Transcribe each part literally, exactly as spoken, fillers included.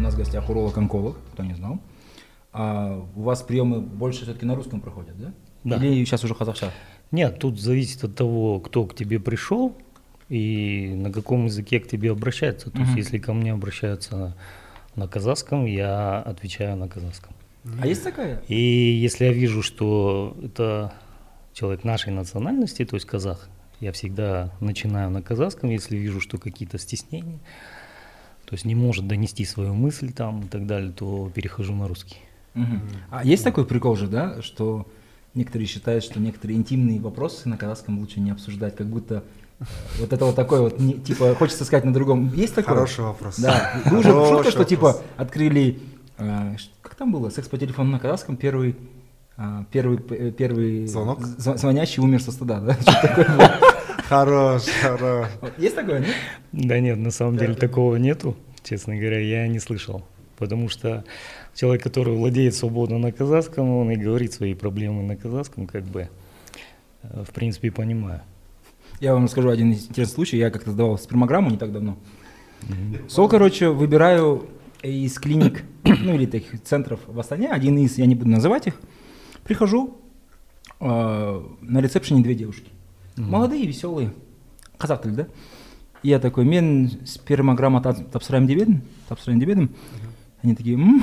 нас в гостях уролог-онколог, кто не знал. А у вас приемы больше все-таки на русском проходят, да? Да. Или сейчас уже казахша? Нет, тут зависит от того, кто к тебе пришел и на каком языке к тебе обращаются. То Мгм. есть, если ко мне обращаются на казахском, я отвечаю на казахском. А есть такая? И если я вижу, что это человек нашей национальности, то есть казах, я всегда начинаю на казахском. Если вижу, что какие-то стеснения, то есть не может донести свою мысль там и так далее, то перехожу на русский. Мгм. А есть такой прикол же, да, что некоторые считают, что некоторые интимные вопросы на казахском лучше не обсуждать, как будто э, вот это вот такой вот, не- типа, хочется сказать на другом. Есть такое? Хороший вопрос. Да. Вы уже Хороший шутка, что вопрос. типа открыли, э, ш- как там было, секс по телефону на казахском, первый, а, первый, п- первый Звонок? з- звонящий умер со стыда, да? Что такое было? Хорош, хорош. Вот есть такое, нет? Да нет, на самом Да, деле да. такого нету, честно говоря, я не слышал. Потому что человек, который владеет свободно на казахском, он и говорит свои проблемы на казахском, как бы, э, в принципе, понимаю. Я вам расскажу один интересный случай. Я как-то сдавал спермограмму не так давно. Сол, короче, выбираю из клиник, ну или таких центров в Астане, один из, я не буду называть их. Прихожу, э, на ресепшене две девушки. Мгм. Молодые, веселые. Қазақ тілі, да? И я такой, мен спермограмма тап- тапсырайын деп едім, тапсырайын деп едім. Они такие, «М».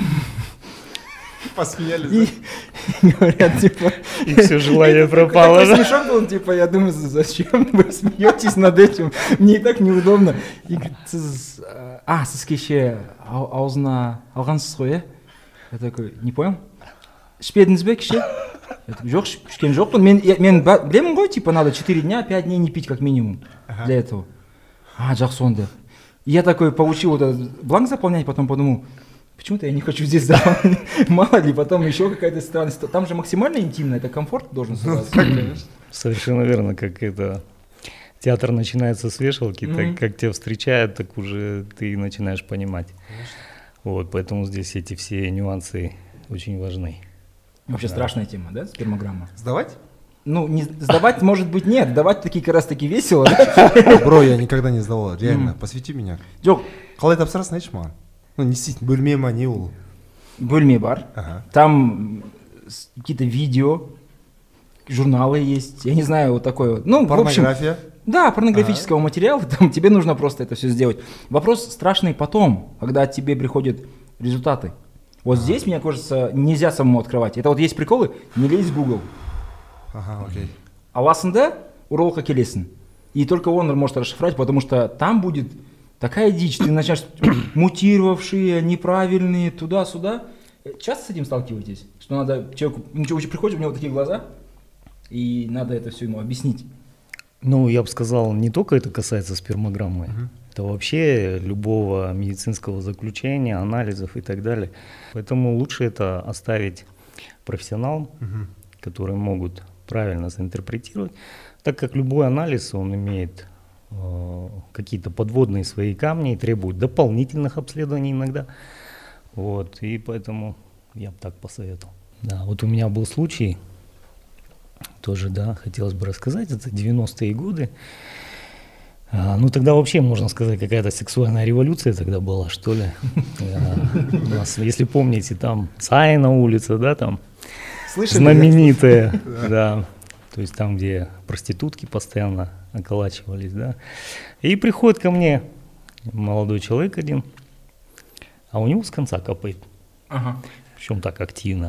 Посмеялись, И говорят, типа... И все желание пропало, Такой да? смешок был, типа, я думаю, зачем вы смеетесь над этим? Мне и так неудобно. И говорит, «Сіз, э, а, сіз кеше ау- аузына алғансыз ғой, иә?» Я такой, не понял? Ішпедіңіз бе кеше? Я такой, жоқ, іш- ішкен жоқпын. Мен, я- мен ба- білемін ғой, типа, надо четыре дня, пять дней не пить как минимум для этого. А, жақсы онда. И я такой получил вот этот бланк заполнять, потом подумал, почему-то я не хочу здесь заполнять. Мало ли, потом еще какая-то странность. Там же максимально интимно, это комфорт должен создаться. Совершенно верно, как это театр начинается с вешалки, Мгм. так как тебя встречают, так уже ты начинаешь понимать. Вот, поэтому здесь эти все нюансы очень важны. Вообще страшная тема, да, спермограмма? Сдавать? Ну, не сдавать, может быть, нет. Сдавать такие как раз таки весело, да? Бро, я никогда не сдавал, реально. Мгм. Посвяти меня. Жоқ, Қалай тапсырасың айтшы маған? Ну, не істейтін, бөлме ма, не ол? бөлме бар. Ага. Там с- какие-то видео, журналы есть. Я не знаю, вот такое вот. Ну, в общем, Порнография? да, порнографического материала, там тебе нужно просто это все сделать. Вопрос страшный потом, когда тебе приходят результаты. Вот здесь, мне кажется, нельзя самому открывать. Это вот есть приколы, не лезь в Google. Ага, окей. Аласында уролога келесін. И только он может расшифровать, потому что там будет такая дичь. Ты начнешь мутировавшие, неправильные, туда-сюда. Часто с этим сталкиваетесь? Что надо человеку, ну, человек приходит, у него такие глаза, и надо это все ему объяснить. Ну, я бы сказал, не только это касается спермограммы, Мгм. это вообще любого медицинского заключения, анализов и так далее. Поэтому лучше это оставить профессионалам, Мгм. которые могут правильно заинтерпретировать, так как любой анализ, он имеет э, какие-то подводные свои камни и требует дополнительных обследований иногда. Вот, и поэтому я бы так посоветовал. Да, вот у меня был случай, тоже, да, хотелось бы рассказать, это девяностые годы. А, ну, тогда вообще, можно сказать, какая-то сексуальная революция тогда была, что ли. А, у нас, если помните, там Цайна улица, да, там Слышали? знаменитая, да, то есть там, где проститутки постоянно околачивались, да. И приходит ко мне молодой человек один, а у него с конца капает, Ага. причем так активно.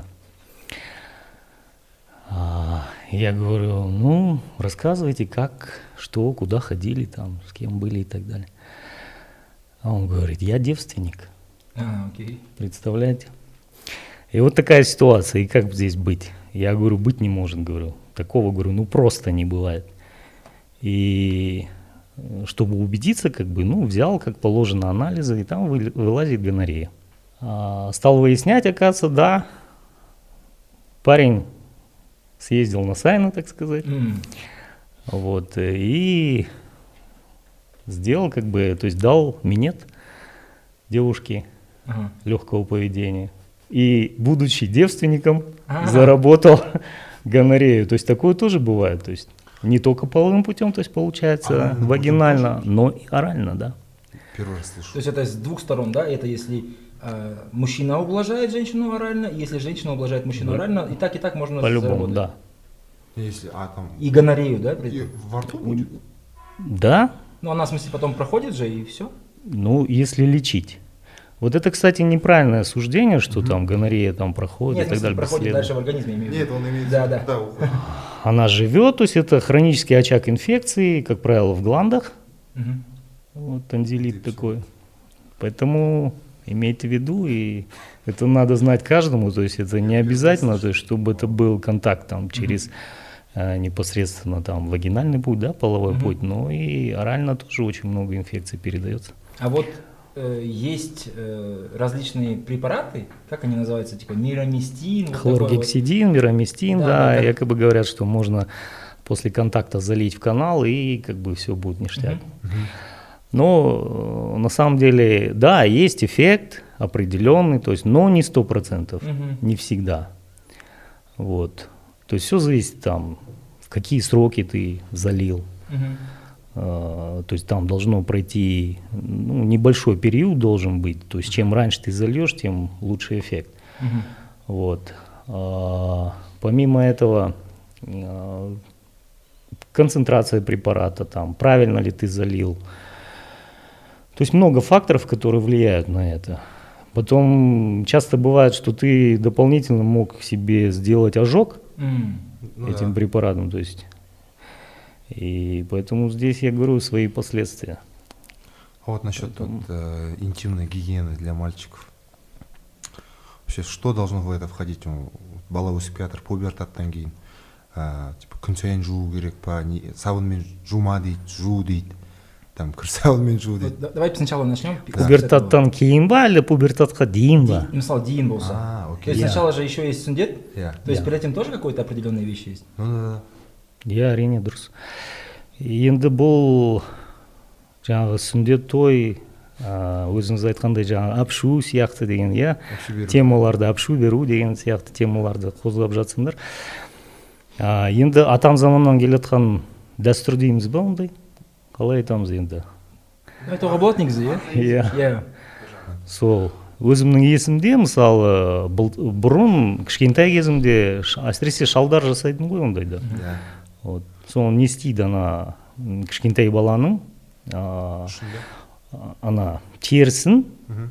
А, я говорю, ну, рассказывайте, как, что, куда ходили, там, с кем были и так далее. А он говорит, я девственник, А, окей. представляете? И вот такая ситуация, и как здесь быть? Я говорю, быть не может, говорю. Такого, говорю, ну просто не бывает. И э, чтобы убедиться, как бы, ну, взял, как положено, анализы, и там вы- вылазит гонорея. А, стал выяснять, оказывается, да, парень съездил на сайны, так сказать, М. вот, э, и сделал, как бы, то есть дал минет девушке Ага. легкого поведения. И, будучи девственником, А. заработал гонорею. То есть такое тоже бывает. То есть не только половым путем, то есть получается Анальным путем вагинально, тоже? но и орально, да. Первый раз То слышу. есть это с двух сторон, да? Это если э, мужчина ублажает женщину орально, если женщина ублажает мужчину Да. орально, и так, и так можно По-любому, заработать. да. Если, а там... И гонорею, да? при И этом? во рту будет? Да, Ну, она, в смысле, потом проходит же, и все. ну, если лечить. Вот это, кстати, неправильное суждение, что там гонорея там проходит Нет, и так далее. проходит бесследно. дальше в организме, я имею в виду. Нет, он имеет... Да, да. Да, уходит. Она живет, то есть это хронический очаг инфекции, как правило, в гландах. Мгм. Вот танзелит Ты такой. Поэтому имейте в виду, и это надо знать каждому, то есть это не обязательно, то есть чтобы это был контакт там через э, непосредственно там вагинальный путь, да, половой Мгм. путь, но и орально тоже очень много инфекций передается. А вот э, есть э, различные препараты, как они называются, типа мироместин, вот такой вот. Хлоргексидин, мироместин, Да, да, да, да. якобы говорят, что можно после контакта залить в канал, и как бы все будет ништяк. Мгм. Но э, на самом деле, да, есть эффект определенный, то есть, но не сто процентов, Мгм. не всегда. Вот. То есть все зависит там, в какие сроки ты залил. Мгм. Э, то есть там должно пройти, ну, небольшой период должен быть. То есть чем раньше ты зальешь, тем лучше эффект. Мгм. Вот. А, помимо этого, а, концентрация препарата, там, правильно ли ты залил. То есть много факторов, которые влияют на это. Потом часто бывает, что ты дополнительно мог себе сделать ожог М. Ну этим да. препаратом. То есть. И поэтому здесь я говорю свои последствия. А вот насчет Поэтому- вот, э, интимной гигиены для мальчиков. Вообще, что должно в это входить? Ну, бала өсіп жатыр, пубертаттан кейін ә, типа күн сайын жуу керек па, не- сабынмен жума дейді, жу дейді, там кір сабынмен жу Вот дейді. да- давайте сначала начнем. Пубертаттан кейін ба, или пубертатқа дейін ба? Мысалы, дейін болса. А, То окей. есть Я. сначала же еще есть сундет, Иә. то есть Я. перед этим тоже какой-то определенные вещи есть. Ну да, да. Иә, әрине дұрыс. Енді бұл жаңағы сүндет той, ә, өзіңіз айтқандай жаңағы апшу сияқты деген, иә, Апшу беру. темаларды апшу беру деген сияқты темаларды қозғап жатсыңдар. А, енді атам заманнан келе жатқан дәстүр дейміз ба ондай? Қалай айтамыз енді? Айтуға болады негізі, иә? Иә. Иә. Сол өзімнің есімде мысалы бұл- бұрын кішкентай кезімде ш- әсіресе шалдар жасайтын ғой ондайды. Иә. Вот. Соны не істейді ана м, кішкентай баланың а, Шында. ана терісін Мгм.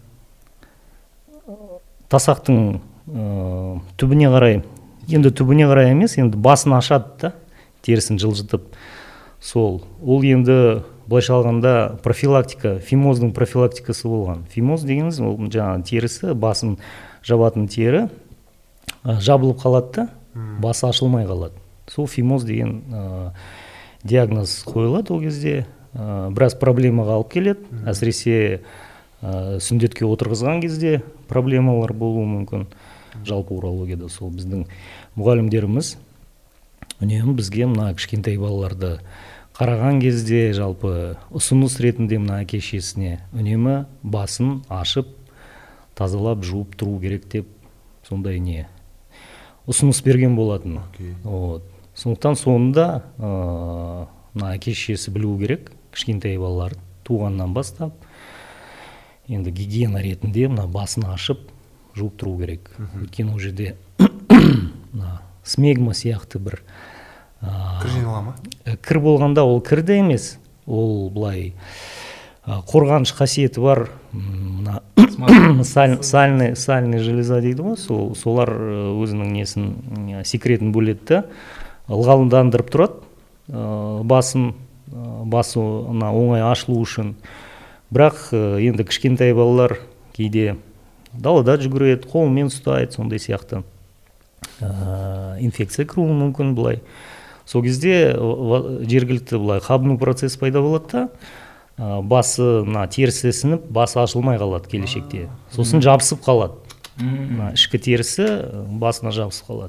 тасақтың ә, түбіне қарай, енді түбіне қарай емес, енді басын ашады да, терісін жылжытып. Сол, ол енді былайша алғанда профилактика, фимоздың профилактикасы болған. Фимоз дегеніміз ол жаңағы терісі, басын жабатын тері ә, жабылып қалады да, басы ашылмай қалады. Сол фимоз деген ә, диагноз қойылады ол кезде, ә, біраз проблемаға алып келеді, әсіресе ә, сүндетке отырғызған кезде проблемалар болуы мүмкін. Жалпы урологияда сол біздің мұғалімдеріміз үнемі бізге мына кішкентай балаларды қараған кезде жалпы ұсыныс ретінде мына әке шешесіне үнемі басын ашып тазалап жуып тұру керек деп сондай не ұсыныс берген болатын. Окей. Вот. Сондықтан соңында ә, мына әке шешесі білу керек кішкентай балалар туғаннан бастап енді гигиена ретінде мына басын ашып жуып тұру керек. Өйткені ол жерде мына смегма сияқты бір ә, Кір жинала ма? Ә, кір болғанда ол кірді емес, ол былай ә, қорғаныш қасиеті бар м, мына саль- сальный сальный железа дейді ғой, сол солар ә, өзінің несін м, секретін бөледі да, ылғалдандырып тұрады ә, басын ә, басы ана оңай ашылу үшін. Бірақ ә, енді кішкентай балалар кейде далада жүгіреді, қолымен ұстайды, сондай сияқты ә, инфекция кіруі мүмкін былай. Сол кезде ва- жергілікті былай қабыну процесі пайда болады да, ә, басы мына терісі сініп, басы ашылмай қалады келешекте. Сосын жабысып қалады. М. Мына ішкі терісі ә, басына жабысып қалады.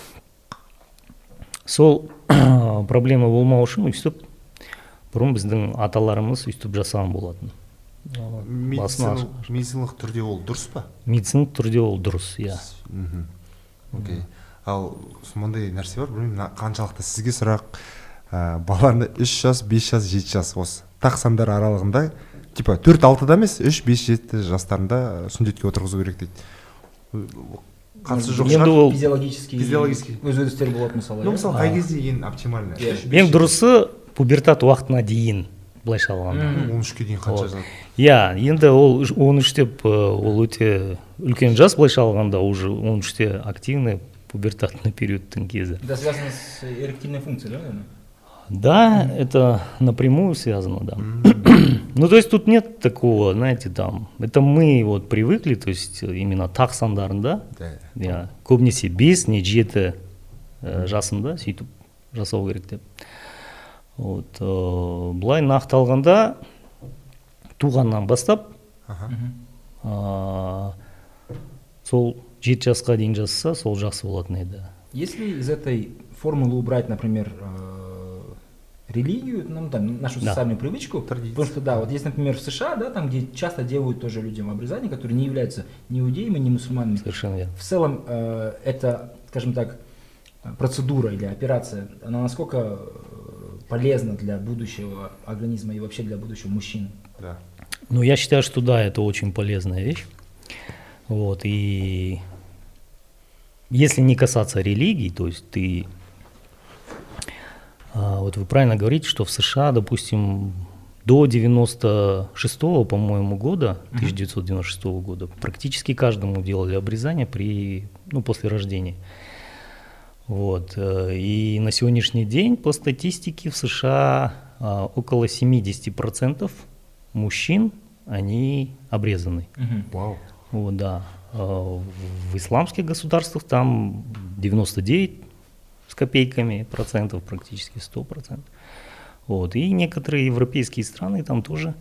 Сол проблема болмау үшін өйстіп бұрын біздің аталарымыз өйстіп жасаған болатын. Ә, басына аш- Медициналық медициналық түрде ол дұрыс па? медициналық түрде ол дұрыс, иә. Мгм. Окей. Ал мындай нәрсе бар, білмеймін, мына қаншалықты сізге сұрақ, ә, баланы үш жас, бес жас, жеті жас осы тақ сандар аралығында типа төрт алтыда емес үш беш жеті жастарында сүндетке отырғызу керек дейді. Қатысы жоқ шығар. ол физиологический физиологический. өзгерістер болады мысалы. Ну мысалы қай кезде ең оптимально? ең дұрысы пубертат уақытына дейін былайша алғанда. он үшке дейін қанша жатады? Иә, енді ол он үш деп ол өте үлкен жас, былайша алғанда уже он үште активный пубертатный периодтың кезі. Это связано с эректильной функцией, да, наверное? Да, это напрямую связано, да. Ну, то есть тут нет такого, знаете, там, это мы вот привыкли, то есть именно так сандарында, иә, көбінесе бес не жеті жасында сөйтіп жасау керек деп. Вот, былай нақты алғанда туғаннан бастап сол жеті жасқа дейін жасаса, сол жақсы болатын еді. Если из этой формулы убрать, например, религию, ну, там, нашу да. социальную привычку, традиции. Потому что, да, вот есть, например, в США, да, там, где часто делают тоже людям обрезание, которые не являются ни иудеями, ни мусульманами. Совершенно верно. В целом, э, это, скажем так, процедура или операция, она насколько полезна для будущего организма и вообще для будущего мужчин? Да. Ну, я считаю, что да, это очень полезная вещь. Вот, и если не касаться религий, то есть ты... Вот вы правильно говорите, что в США, допустим, до девяносто шестого, по-моему, года, тысяча девятьсот девяносто шестого года, практически каждому делали обрезание при, ну, после рождения. Вот. И на сегодняшний день по статистике в США около семьдесят процентов мужчин, они обрезаны. Вау. Вот, да. В исламских государствах там девяносто девять с копейками процентов, практически сто процентов. Вот. И некоторые европейские страны там тоже,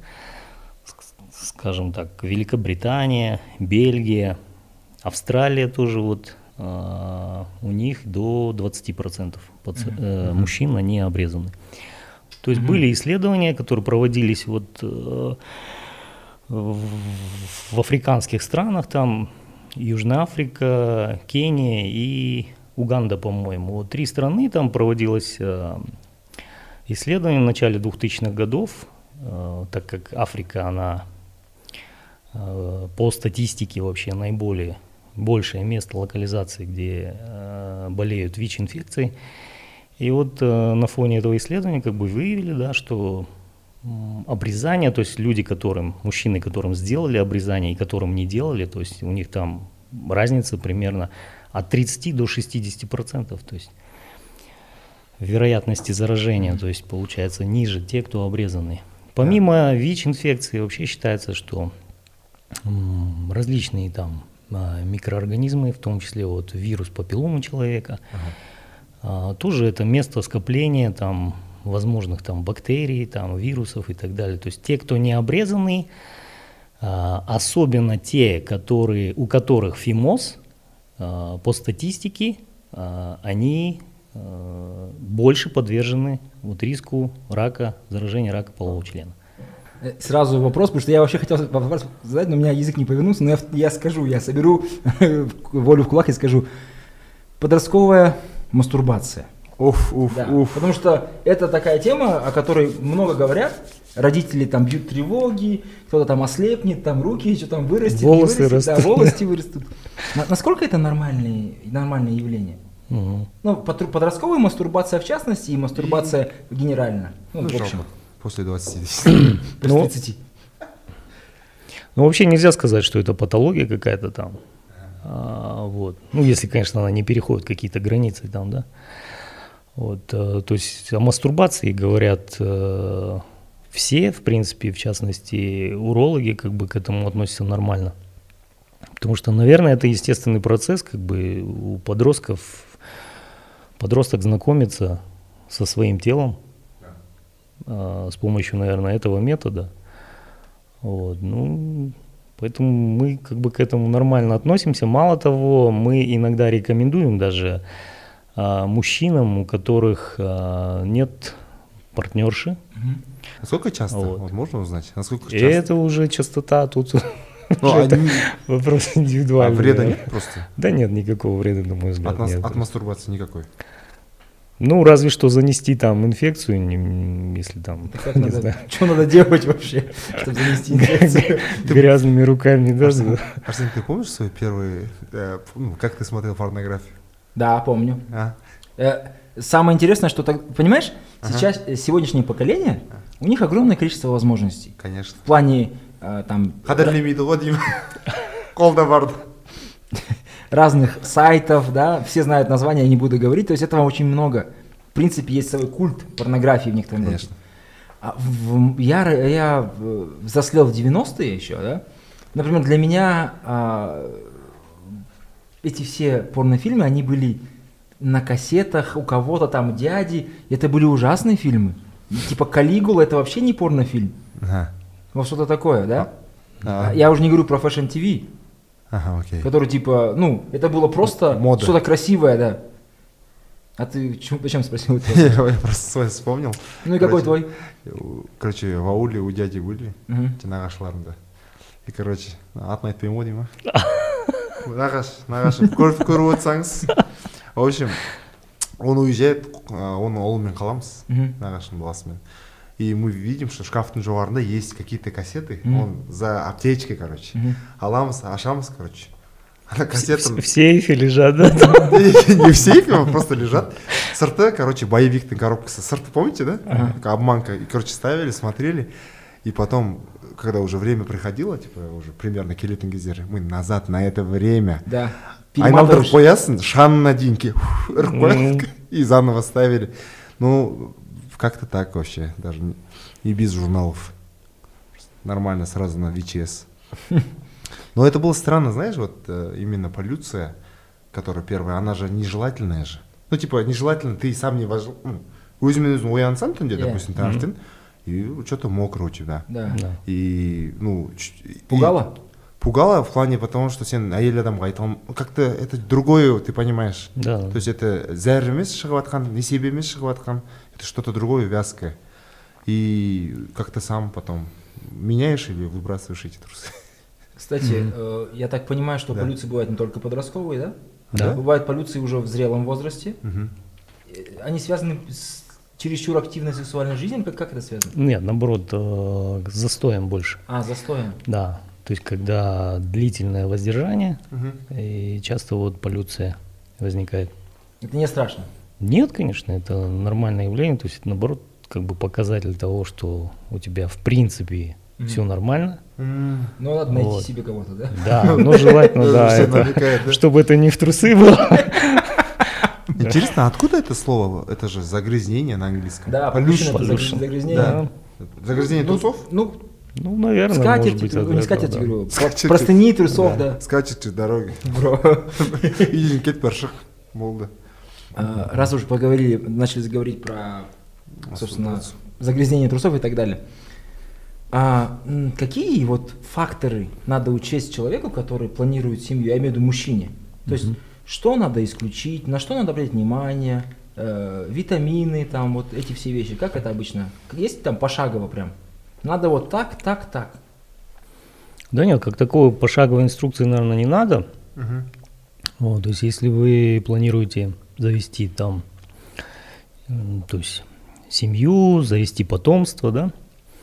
скажем так, Великобритания, Бельгия, Австралия тоже вот, э, у них до двадцати процентов паци- э, мужчин, они обрезаны. То есть mm-hmm. были исследования, которые проводились вот, э, в, в африканских странах, там Южная Африка, Кения и Уганда, по-моему. Вот три страны, там проводилось э, исследование в начале двухтысячных годов, э, так как Африка, она э, по статистике вообще наиболее большее место локализации, где э, болеют ВИЧ-инфекцией. И вот э, на фоне этого исследования как бы выявили, да, что э, обрезание, то есть люди, которым, мужчины, которым сделали обрезание и которым не делали, то есть у них там разница примерно от тридцати до шестидесяти процентов, то есть вероятности заражения, то есть получается ниже те, кто обрезаны. Помимо ВИЧ-инфекции вообще считается, что м, различные там а, микроорганизмы, в том числе вот вирус папилломы человека, ага. а, тоже это место скопления там возможных там бактерий, там вирусов и так далее. То есть те, кто не обрезаны, а, особенно те, которые, у которых фимоз, по статистике они больше подвержены вот риску рака, заражения рака полового члена. Сразу вопрос, потому что я вообще хотел вопрос задать, но у меня язык не повернулся, но я, я скажу, я соберу волю в кулак и скажу: подростковая мастурбация. Уф, уф, да, уф. Потому что это такая тема, о которой много говорят. Родители там бьют тревоги, кто-то там ослепнет, там руки что там вырастет, волосы вырастет, растут. Да, волосы вырастут. Насколько это нормальное, нормальное явление? Угу. Ну, подростковая мастурбация в частности и мастурбация генерально. Ну, ну, в общем. После двадцати. После тридцати. Ну, вообще нельзя сказать, что это патология какая-то там. А, вот. Ну, если, конечно, она не переходит какие-то границы там, да. Вот, то есть о мастурбации говорят э, все, в принципе, в частности, урологи как бы к этому относятся нормально. Потому что, наверное, это естественный процесс, как бы у подростков, подросток знакомится со своим телом э, с помощью, наверное, этого метода. Вот, ну, поэтому мы как бы к этому нормально относимся. Мало того, мы иногда рекомендуем даже а, мужчинам, у которых а, нет партнерши. Насколько часто? Вот. Вот можно узнать? Насколько часто? Это уже частота тут Ну, они... вопрос индивидуальный. А вреда нет просто? Да нет, никакого вреда, на мой взгляд. От, нас... нет. От мастурбации никакой? Ну, разве что занести там инфекцию, не, если там, Как не надо, знаю, что надо делать вообще, чтобы занести инфекцию? грязными руками, да? Арсен, Арсен, ты помнишь свой первый, э, ну, как ты смотрел порнографию? Да, помню. А? Э, Самое интересное, что, так, понимаешь, Ага. сейчас э, сегодняшнее поколение, у них огромное количество возможностей. Конечно. В плане э, там Қадірлемейді ғой деймін. Қолда барды. разных сайтов, да, все знают названия, я не буду говорить, то есть этого очень много. В принципе, есть свой культ порнографии в некотором роде. Конечно. А в- я, р- я э, взрослел в девяностые еще, да. Например, для меня а, эти все порнофильмы, они были на кассетах у кого-то там дяди. Это были ужасные фильмы. Типа Калигула, это вообще не порнофильм. Ага. Вот что-то такое, да? А, Я уже не говорю про Fashion ти ви, Ага, окей. который типа, ну, это было просто Мода. что-то красивое, да. А ты чё- зачем спросил это? Я я просто свой вспомнил. Ну и какой Короче, твой? у- Короче, в ауле у дяди были, Мгм. нағашыларында. И, короче, атын айтпаймын ғой деймін ба? Нағаш, нағашым, көріп көріп отырсаңыз. В общем, он уезжает, а, оның ұлымен қаламыз, Мгм. нағашының баласымен. И мы видим, что шкафтың жоғарында есть какие-то кассеты, Мгм. он за аптечкой, короче. Мгм. Аламыз, ашамыз, короче. Ана В, кассетам в сейфе лежат, да? не не в сейфе, а просто лежат. Сырты, короче, боевиктің коробкасы. Сырты, помните, да? Ага. Такая обманка. И, короче, ставили, смотрели. И потом, когда уже время приходило, типа, уже примерно келетін кездері, мы назад на это время. Да. Айналдырып Перематываешь. қоясың, шанына дейін ке- ұрып Мгм. қоясың, и заново ставили. Ну, как-то так вообще, даже не- и без журналов. Нормально сразу на ви эйч эс. Но это было странно, знаешь, вот э, именно полюция, которая первая, она же нежелательная же. Ну, типа, нежелательно, ты сам не вожил. Өзімен өзің оянсаң түнде, Иә. допустим, таңертең, и что-то мокро у тебя. Да. Да. И, ну... ч- и- Пугало? Пугало в плане, потому что сен әйел адамға айта алмай, как-то это другое, ты понимаешь. Да. То есть это зәр емес шығып жатқан, несебе емес шығып жатқан, это что-то другое, вязкое. И как-то сам потом меняешь или выбрасываешь эти трусы. Кстати, э, я так понимаю, что Да. полюции бывают не только подростковые, да? Да. Бывают полюции уже в зрелом возрасте. Мгм. Э, Они связаны с чересчур активной сексуальной жизнью? Как, как это связано? Нет, наоборот, э, с застоем больше. А, застоем. Да. То есть, когда длительное воздержание, Мгм. и часто вот полюция возникает. Это не страшно. Нет, конечно, это нормальное явление. То есть, это, наоборот, как бы показатель того, что у тебя в принципе Мгм. все нормально. М. Ну, надо найти Вот. себе кого-то, да? Да, но желательно, да, Все это, намекает, да? чтобы это не в трусы было. Интересно, откуда это слово? Это же загрязнение на английском. Да, Pollution. pollution, это pollution. загрязнение. Да. Загрязнение Ну, трусов? Ну, Ну, наверное, скатерть, может быть, ну, от не этого, скатерть, да. говорю, про- Скатерть. простыни трусов, да. Скачет через дороги. Бро. И кетіп бара шық, болды. А, Раз уже поговорили, начали говорить про, собственно, загрязнение трусов и так далее. А м, какие вот факторы надо учесть человеку, который планирует семью, я имею в виду мужчине? То есть, что надо исключить, на что надо обратить внимание, э, витамины, там вот эти все вещи, как это обычно? Есть там пошагово прям? Надо вот так, так, так. Да нет, как такой пошаговой инструкции, наверное, не надо. Мгм. Вот, то есть, если вы планируете завести там, м, то есть, семью, завести потомство, да,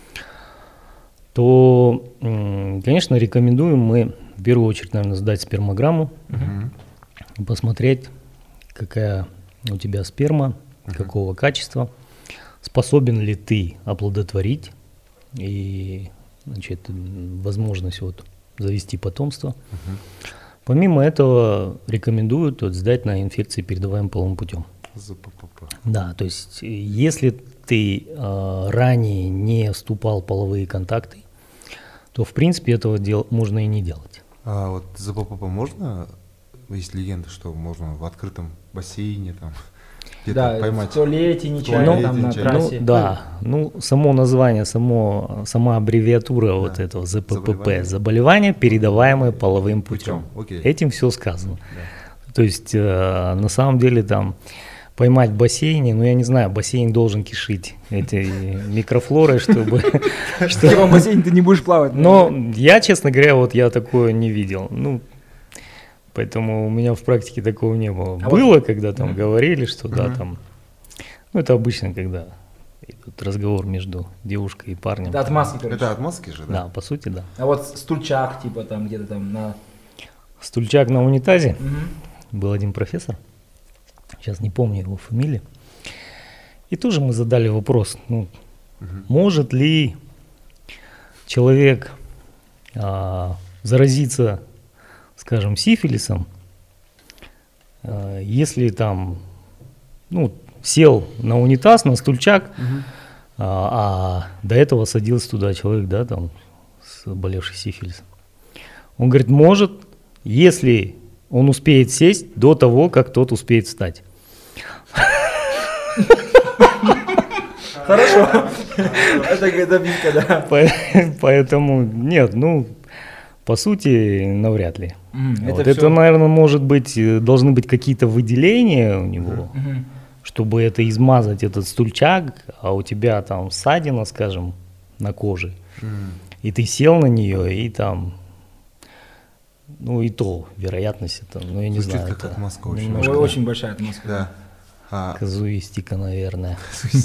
то, м, конечно, рекомендуем мы в первую очередь, наверное, сдать спермограмму, Мгм. посмотреть, какая у тебя сперма, какого качества, способен ли ты оплодотворить и, значит, м, возможность вот завести потомство. Помимо этого рекомендуют вот сдать на инфекции, передаваемые половым путем. ЗППП. Да, то есть э, если ты э, ранее не вступал в половые контакты, то в принципе этого дел можно и не делать. А вот ЗППП можно, есть легенда, что можно в открытом бассейне там где-то Да, поймать? в туалете, нечаянно туалете там на нечаянно. трассе. Ну, да, ну само название, само, сама аббревиатура вот этого ЗППП, Заболевание. заболевание, передаваемое половым путем. Окей. Этим все сказано. То есть э, на самом деле там поймать в бассейне, ну я не знаю, бассейн должен кишить этой микрофлорой, чтобы... В первом бассейне ты не будешь плавать. Но я, честно говоря, вот я такое не видел. Ну, поэтому у меня в практике такого не было. А Было, вот- когда там Мгм. говорили, что да, Мгм. там Ну, это обычно, когда идет разговор между девушкой и парнем. Это отмазки, короче. Это отмазки же, да? Да, по сути, да. А вот стульчак, типа там где-то там на... Стульчак на унитазе. Мгм. Был один профессор, сейчас не помню его фамилию. И тоже мы задали вопрос, ну, Мгм. может ли человек а, заразиться, скажем, сифилисом, а, если там, ну, сел на унитаз, на стульчак, Мгм. а, а до этого садился туда человек, да, там, с болевший сифилисом. Он говорит, может, если он успеет сесть до того, как тот успеет встать. Хорошо. Это добивка, да. По- Поэтому нет, ну, по сути, навряд ли. Мгм. Вот Это это, всё- наверное, может быть, э, должны быть какие-то выделения у него, Мгм. чтобы это измазать, этот стульчак, а у тебя там ссадина, скажем, на коже, М. и ты сел на нее, и там, ну и то, вероятность это, ну я не Звучит знаю, как это отмазка очень. немножко Ой, очень большая отмазка. Да. А, казуистика, наверное.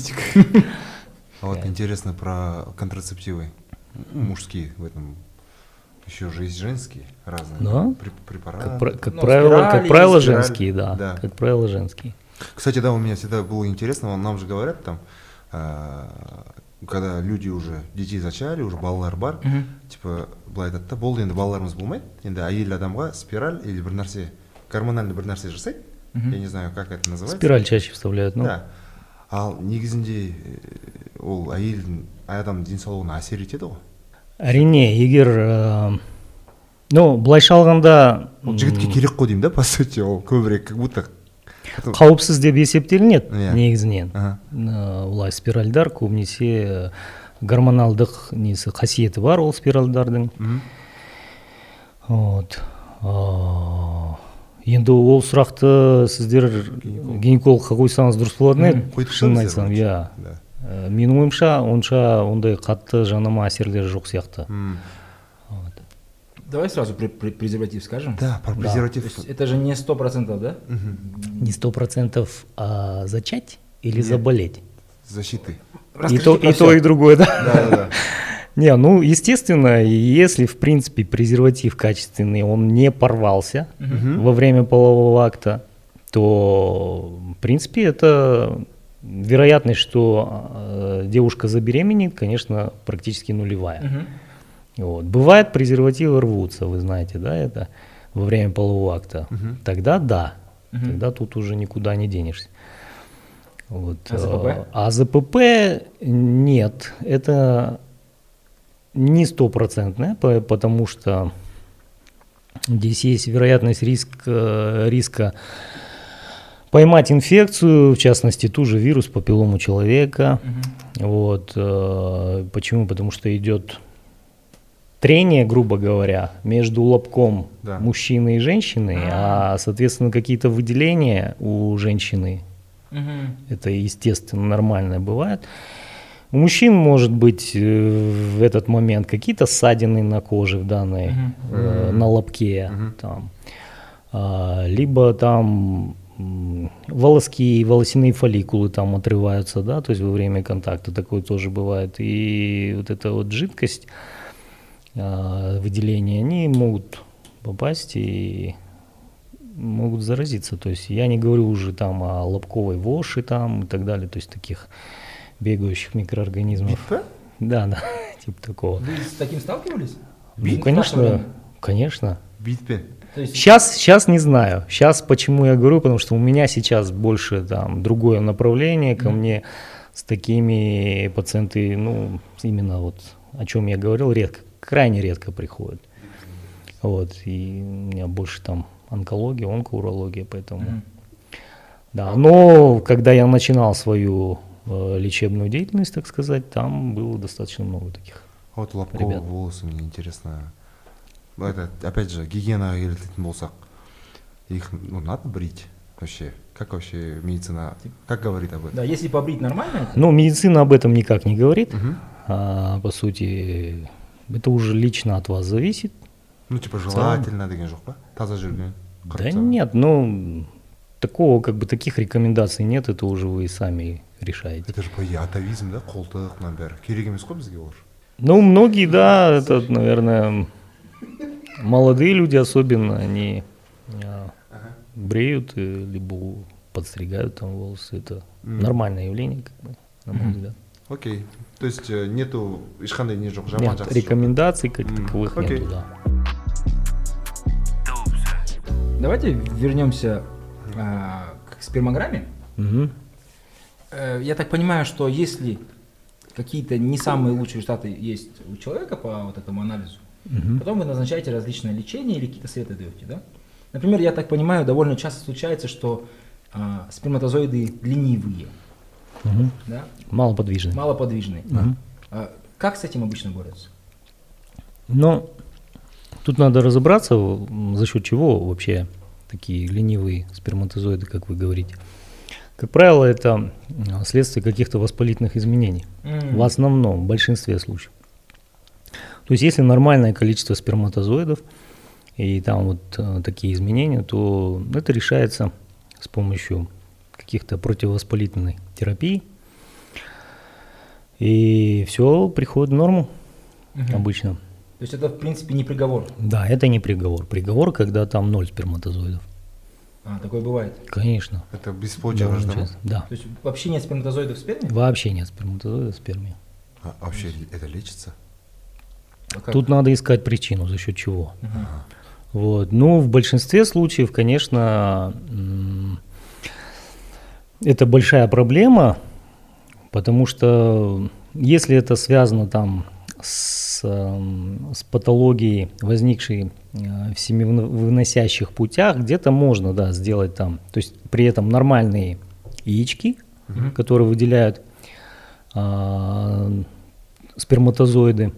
а вот интересно про контрацептивы мужские в этом. Еще же есть женские разные. Да? Пре- Препараты. Как, пра- как Ну, правило, как спирали, правило, спираль, женские, да, да. как правило, женские. Кстати, да, у меня всегда было интересно, вон нам же говорят там, а, когда люди уже детей зачали, уже балалар бар, Мгм. типа былай айтады да, болды енді балаларымыз болмайды, енді әйел адамға спираль или бір нәрсе, гормональный бір нәрсе жасайды, Мгм. я не знаю, как это называется. Спираль чаще вставляют, ну, Да. Ал негізінде э, ол әйелдің адамның денсаулығына әсер етеді ғой. әрине, егер, ә, ну, былайша алғанда Ол жігітке керек қой деймін да, по сути, ол көбірек как будто. қауіпсіз деп есептелінеді Иә. негізінен. Ага. Ә, Олай спиральдар көбінесе ә, гормоналдық несі қасиеті бар ол спиральдардың. Мгм. Вот. А, енді ол сұрақты сіздер гинекологқа қойсаңыз дұрыс болатын еді, Қойдық шынын та айтсам, біздер иә. Да. Ә, менің ойымша онша ондай қатты жанама әсерлері жоқ сияқты. М. Вот. Давай сразу при- при- презерватив скажем. Да, про Да. То презерватив. есть это же не сто процентов, да? Мгм. Не сто процентов а зачать или Нет. заболеть? Защиты. И Расскажите то, про и всё. то, и другое, да? Да, да, да. Не, ну, естественно, если, в принципе, презерватив качественный, он не порвался Мгм. во время полового акта, то, в принципе, это вероятность, что э, девушка забеременеет, конечно, практически нулевая. Мгм. Вот. Бывает, презервативы рвутся, вы знаете, да, это во время полового акта. Мгм. Тогда да, Мгм. тогда тут уже никуда не денешься. Вот. А ЗПП? э, А ЗПП нет, это не стопроцентное, по- потому что здесь есть вероятность риск, э, риска поймать инфекцию, в частности, ту же вирус папиллому человека. Мгм. Вот, э, почему? Потому что идет трение, грубо говоря, между лобком Да. мужчины и женщины, а, соответственно, какие-то выделения у женщины, Мгм. это естественно нормально бывает. У мужчин может быть э, в этот момент какие-то ссадины на коже в данной, Мгм. э, Мгм. на лобке, Мгм. там, А, либо там м, волоски, волосяные фолликулы там отрываются, да, то есть во время контакта такое тоже бывает. И вот эта вот жидкость, а, выделения, они могут попасть и могут заразиться. То есть я не говорю уже там о лобковой воши там и так далее, то есть таких бегающих микроорганизмов. ВИП? Да, да, типа такого. Вы с таким сталкивались? Ну, В наше конечно, время? конечно. Битпен. То есть Сейчас, сейчас не знаю. Сейчас почему я говорю, потому что у меня сейчас больше там другое направление ко Мгм. мне с такими пациенты, ну именно вот о чем я говорил, редко, крайне редко приходят. Вот и у меня больше там онкология, онкоурология, поэтому Мгм. да. Но когда я начинал свою э, лечебную деятельность, так сказать, там было достаточно много таких. А вот лобковые Ребят. волосы, мне интересно. Это, опять же, гигиенаға келетін болсақ, их ну, надо брить вообще? Как вообще медицина, как говорит об этом? Да, если побрить нормально, это- Ну, медицина об этом никак не говорит. Мгм. А, по сути, это уже лично от вас зависит. Ну, типа, желательно деген жоқ па? Таза жүрген. Да нет, ну, такого, как бы, таких рекомендаций нет, это уже вы сами решаете. Это же, по идее, атовизм, да, қолтық, мына бәрі. Керек емес қой бізге олар. Ну, многие, да, это, наверное, молодые люди особенно, они а, бреют, э, либо подстригают там волосы. Это М. нормальное явление, как бы, на мой взгляд. Окей. То есть э, нету ешқандай не жоқ, жаман Нет, жақсы жоқ. рекомендаций как М, таковых окей. нету, да. Давайте вернемся а, к спермограмме. Мгм. Э, Я так понимаю, что если какие-то не самые лучшие результаты есть у человека по вот этому анализу, Мгм. потом вы назначаете различные лечения или какие-то советы даете, да? Например, я так понимаю, довольно часто случается, что а, сперматозоиды ленивые, Мгм. да? Малоподвижный. Малоподвижные. Мгм. А как с этим обычно борются? Но тут надо разобраться, м, за счет чего вообще такие ленивые сперматозоиды, как вы говорите. Как правило, это м, следствие каких-то воспалительных изменений. М. В основном, в большинстве случаев. То есть, если нормальное количество сперматозоидов и там вот э, такие изменения, то это решается с помощью каких-то противовоспалительной терапии. И все приходит в норму Мгм. обычно. То есть это, в принципе, не приговор. Да, это не приговор. Приговор, когда там ноль сперматозоидов. А, такое бывает. Конечно. Это бесплодие Довольно рождено. часто. Да. То есть вообще нет сперматозоидов в сперме? Вообще нет сперматозоидов в сперме. А вообще это лечится? А как? Тут надо искать причину, за счет чего. Мгм. Вот. Ну, в большинстве случаев, конечно, м, это большая проблема, потому что если это связано там с, эм, с патологией, возникшей э, в семявыносящих путях, где-то можно, да, сделать там, то есть при этом нормальные яички, Мгм. которые выделяют а, сперматозоиды,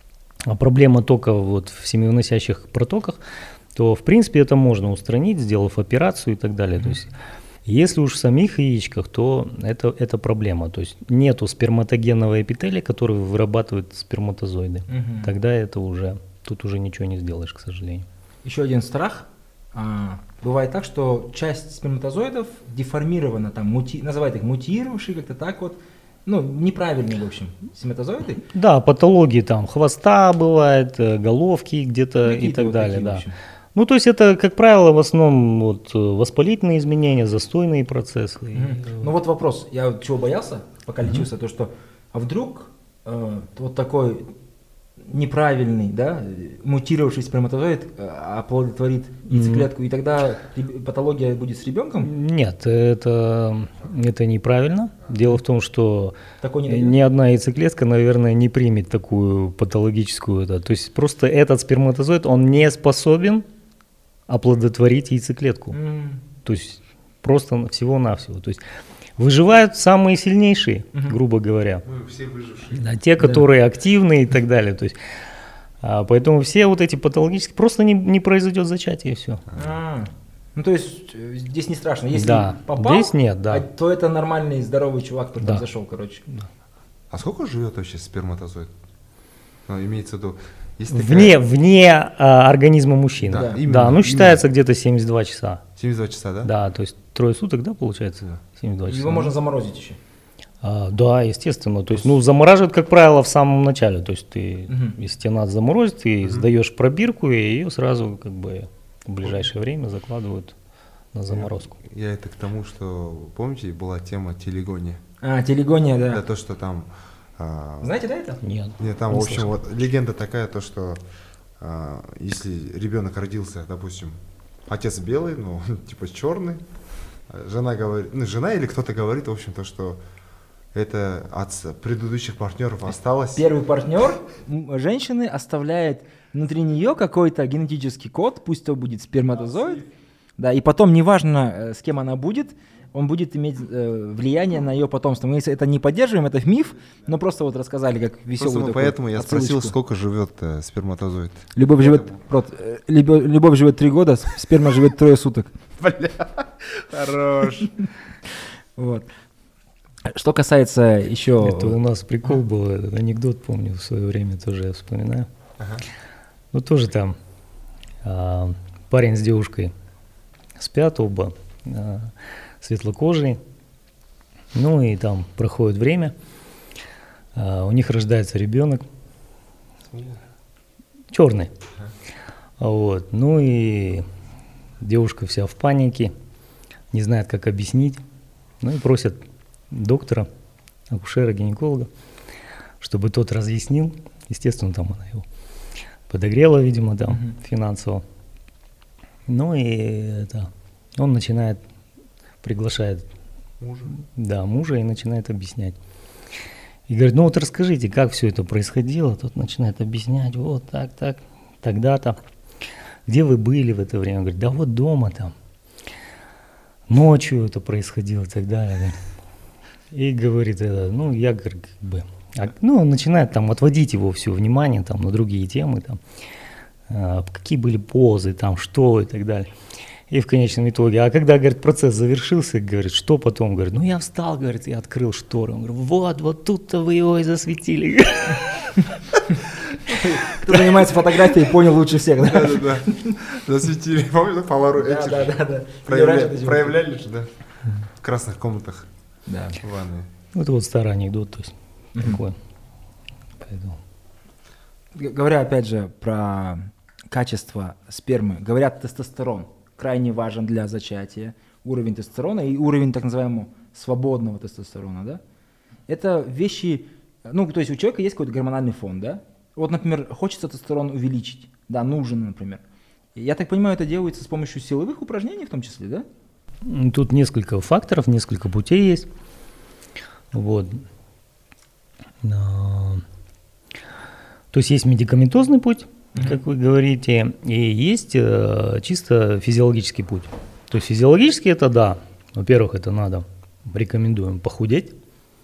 а проблема только вот в семявыносящих протоках, то в принципе это можно устранить, сделав операцию и так далее. То есть, если уж в самих яичках, то это, это проблема. То есть нету сперматогенного эпителия, который вырабатывает сперматозоиды. Мгм. Тогда это уже, тут уже ничего не сделаешь, к сожалению. Еще один страх. А, бывает так, что часть сперматозоидов деформирована, там, мути... называют их мутировавшие, как-то так вот, ну, неправильные, в общем, сперматозоиды. Да, патологии там хвоста бывает, э, головки где-то Ну, и какие-то так вот далее, такие, в да. общем. Ну, то есть это, как правило, в основном вот, э, воспалительные изменения, застойные процессы. И, Мгм. э, Ну вот вопрос, я вот чего боялся, пока лечился, то что, а вдруг э, вот такой неправильный, да, мутировавший сперматозоид э, оплодотворит яйцеклетку, и тогда реб- патология будет с ребенком? Нет, это, это неправильно. Дело в том, что Такой не э, дает? ни одна яйцеклетка, наверное, не примет такую патологическую. Да. То есть просто этот сперматозоид, он не способен оплодотворить яйцеклетку. М. То есть просто всего-навсего. То есть выживают самые сильнейшие, Мгм. грубо говоря. Мы все выжившие. Да, те, которые активны и так далее. То есть, а, поэтому все вот эти патологические, просто не, не произойдет зачатие и все. А, ну то есть э, здесь не страшно, если Да, попал, здесь нет, да. а, то это нормальный здоровый чувак, который Да. там зашел, короче. А сколько живет вообще сперматозоид? Ну, имеется в виду, есть такая- Вне, вне а, организма мужчины. Да, Да. Да, именно, ну считается где-то семьдесят два часа. семьдесят два часа, да? Да, то есть трое суток, да, получается? Да. семьдесят два часа. Его можно заморозить еще. А, да, естественно. То есть, ну, замораживают, как правило, в самом начале. То есть, ты, Мгм. если тебе надо заморозить, ты сдаешь пробирку, и ее сразу, как бы, в ближайшее время закладывают на заморозку. Я это к тому, что, помните, была тема телегония? А, телегония, да. Да, то, что там... а, Знаете, да, это? Нет. Нет, там, Не в общем, слышал. вот легенда такая, то, что а, если ребенок родился, допустим, отец белый, ну, типа черный, а жена говорит, ну, жена или кто-то говорит, в общем, то, что это от с- предыдущих партнеров осталось. Первый партнер м, женщины оставляет внутри нее какой-то генетический код, пусть то будет сперматозоид, да, и потом, неважно, э, с кем она будет, он будет иметь э, влияние на ее потомство. Мы это не поддерживаем, это миф, но просто вот рассказали, как Просто веселую мы- такую поэтому я спросил, отсылочку. сколько живет э, сперматозоид. Любовь живет, прот, э, любовь, любовь живет три года, с- сперма живет трое суток. Бля, хорош. Вот. Что касается еще... Это у нас прикол был, этот анекдот, помню, в свое время тоже я вспоминаю. Ага. Ну, тоже там а, парень с девушкой спят оба, а, светлокожие. Ну и там проходит время, а, у них рождается ребенок, черный. Вот. Ну и девушка вся в панике, не знает, как объяснить. Ну и просят доктора, акушера, гинеколога, чтобы тот разъяснил. Естественно, там она его подогрела, видимо, там, mm-hmm. финансово. Ну и это, он начинает, приглашает мужа. Да, мужа и начинает объяснять. И говорит, ну вот расскажите, как все это происходило. Тот начинает объяснять, вот так, так, тогда-то. Где вы были в это время? Он говорит, да вот дома там. Ночью это происходило и так далее. И говорит, это, ну я, как бы, ну он начинает там отводить его все внимание там на другие темы, там, а, какие были позы, там, что и так далее. И в конечном итоге, а когда, говорит, процесс завершился, говорит, что потом? Говорит, ну я встал, говорит, и открыл шторы. Он говорит, вот, вот тут-то вы его и засветили. Кто занимается фотографией, понял лучше всех, да? Да-да-да. Засветили, помнишь, поворот этих? Да-да-да. Проявляли же, да? В красных комнатах. Да. В ванной. Это вот старый анекдот, то есть такой. Говоря опять же про качество спермы, говорят, тестостерон крайне важен для зачатия, уровень тестостерона и уровень так называемого свободного тестостерона, да? Это вещи, ну, то есть у человека есть какой-то гормональный фон, да? Вот, например, хочется тестостерон увеличить, да, нужен, например. Я так понимаю, это делается с помощью силовых упражнений в том числе, да? Тут несколько факторов, несколько путей есть. Вот. То есть есть медикаментозный путь, mm-hmm. как вы говорите, и есть э, чисто физиологический путь. То есть физиологически это да. Во-первых, это надо, рекомендуем похудеть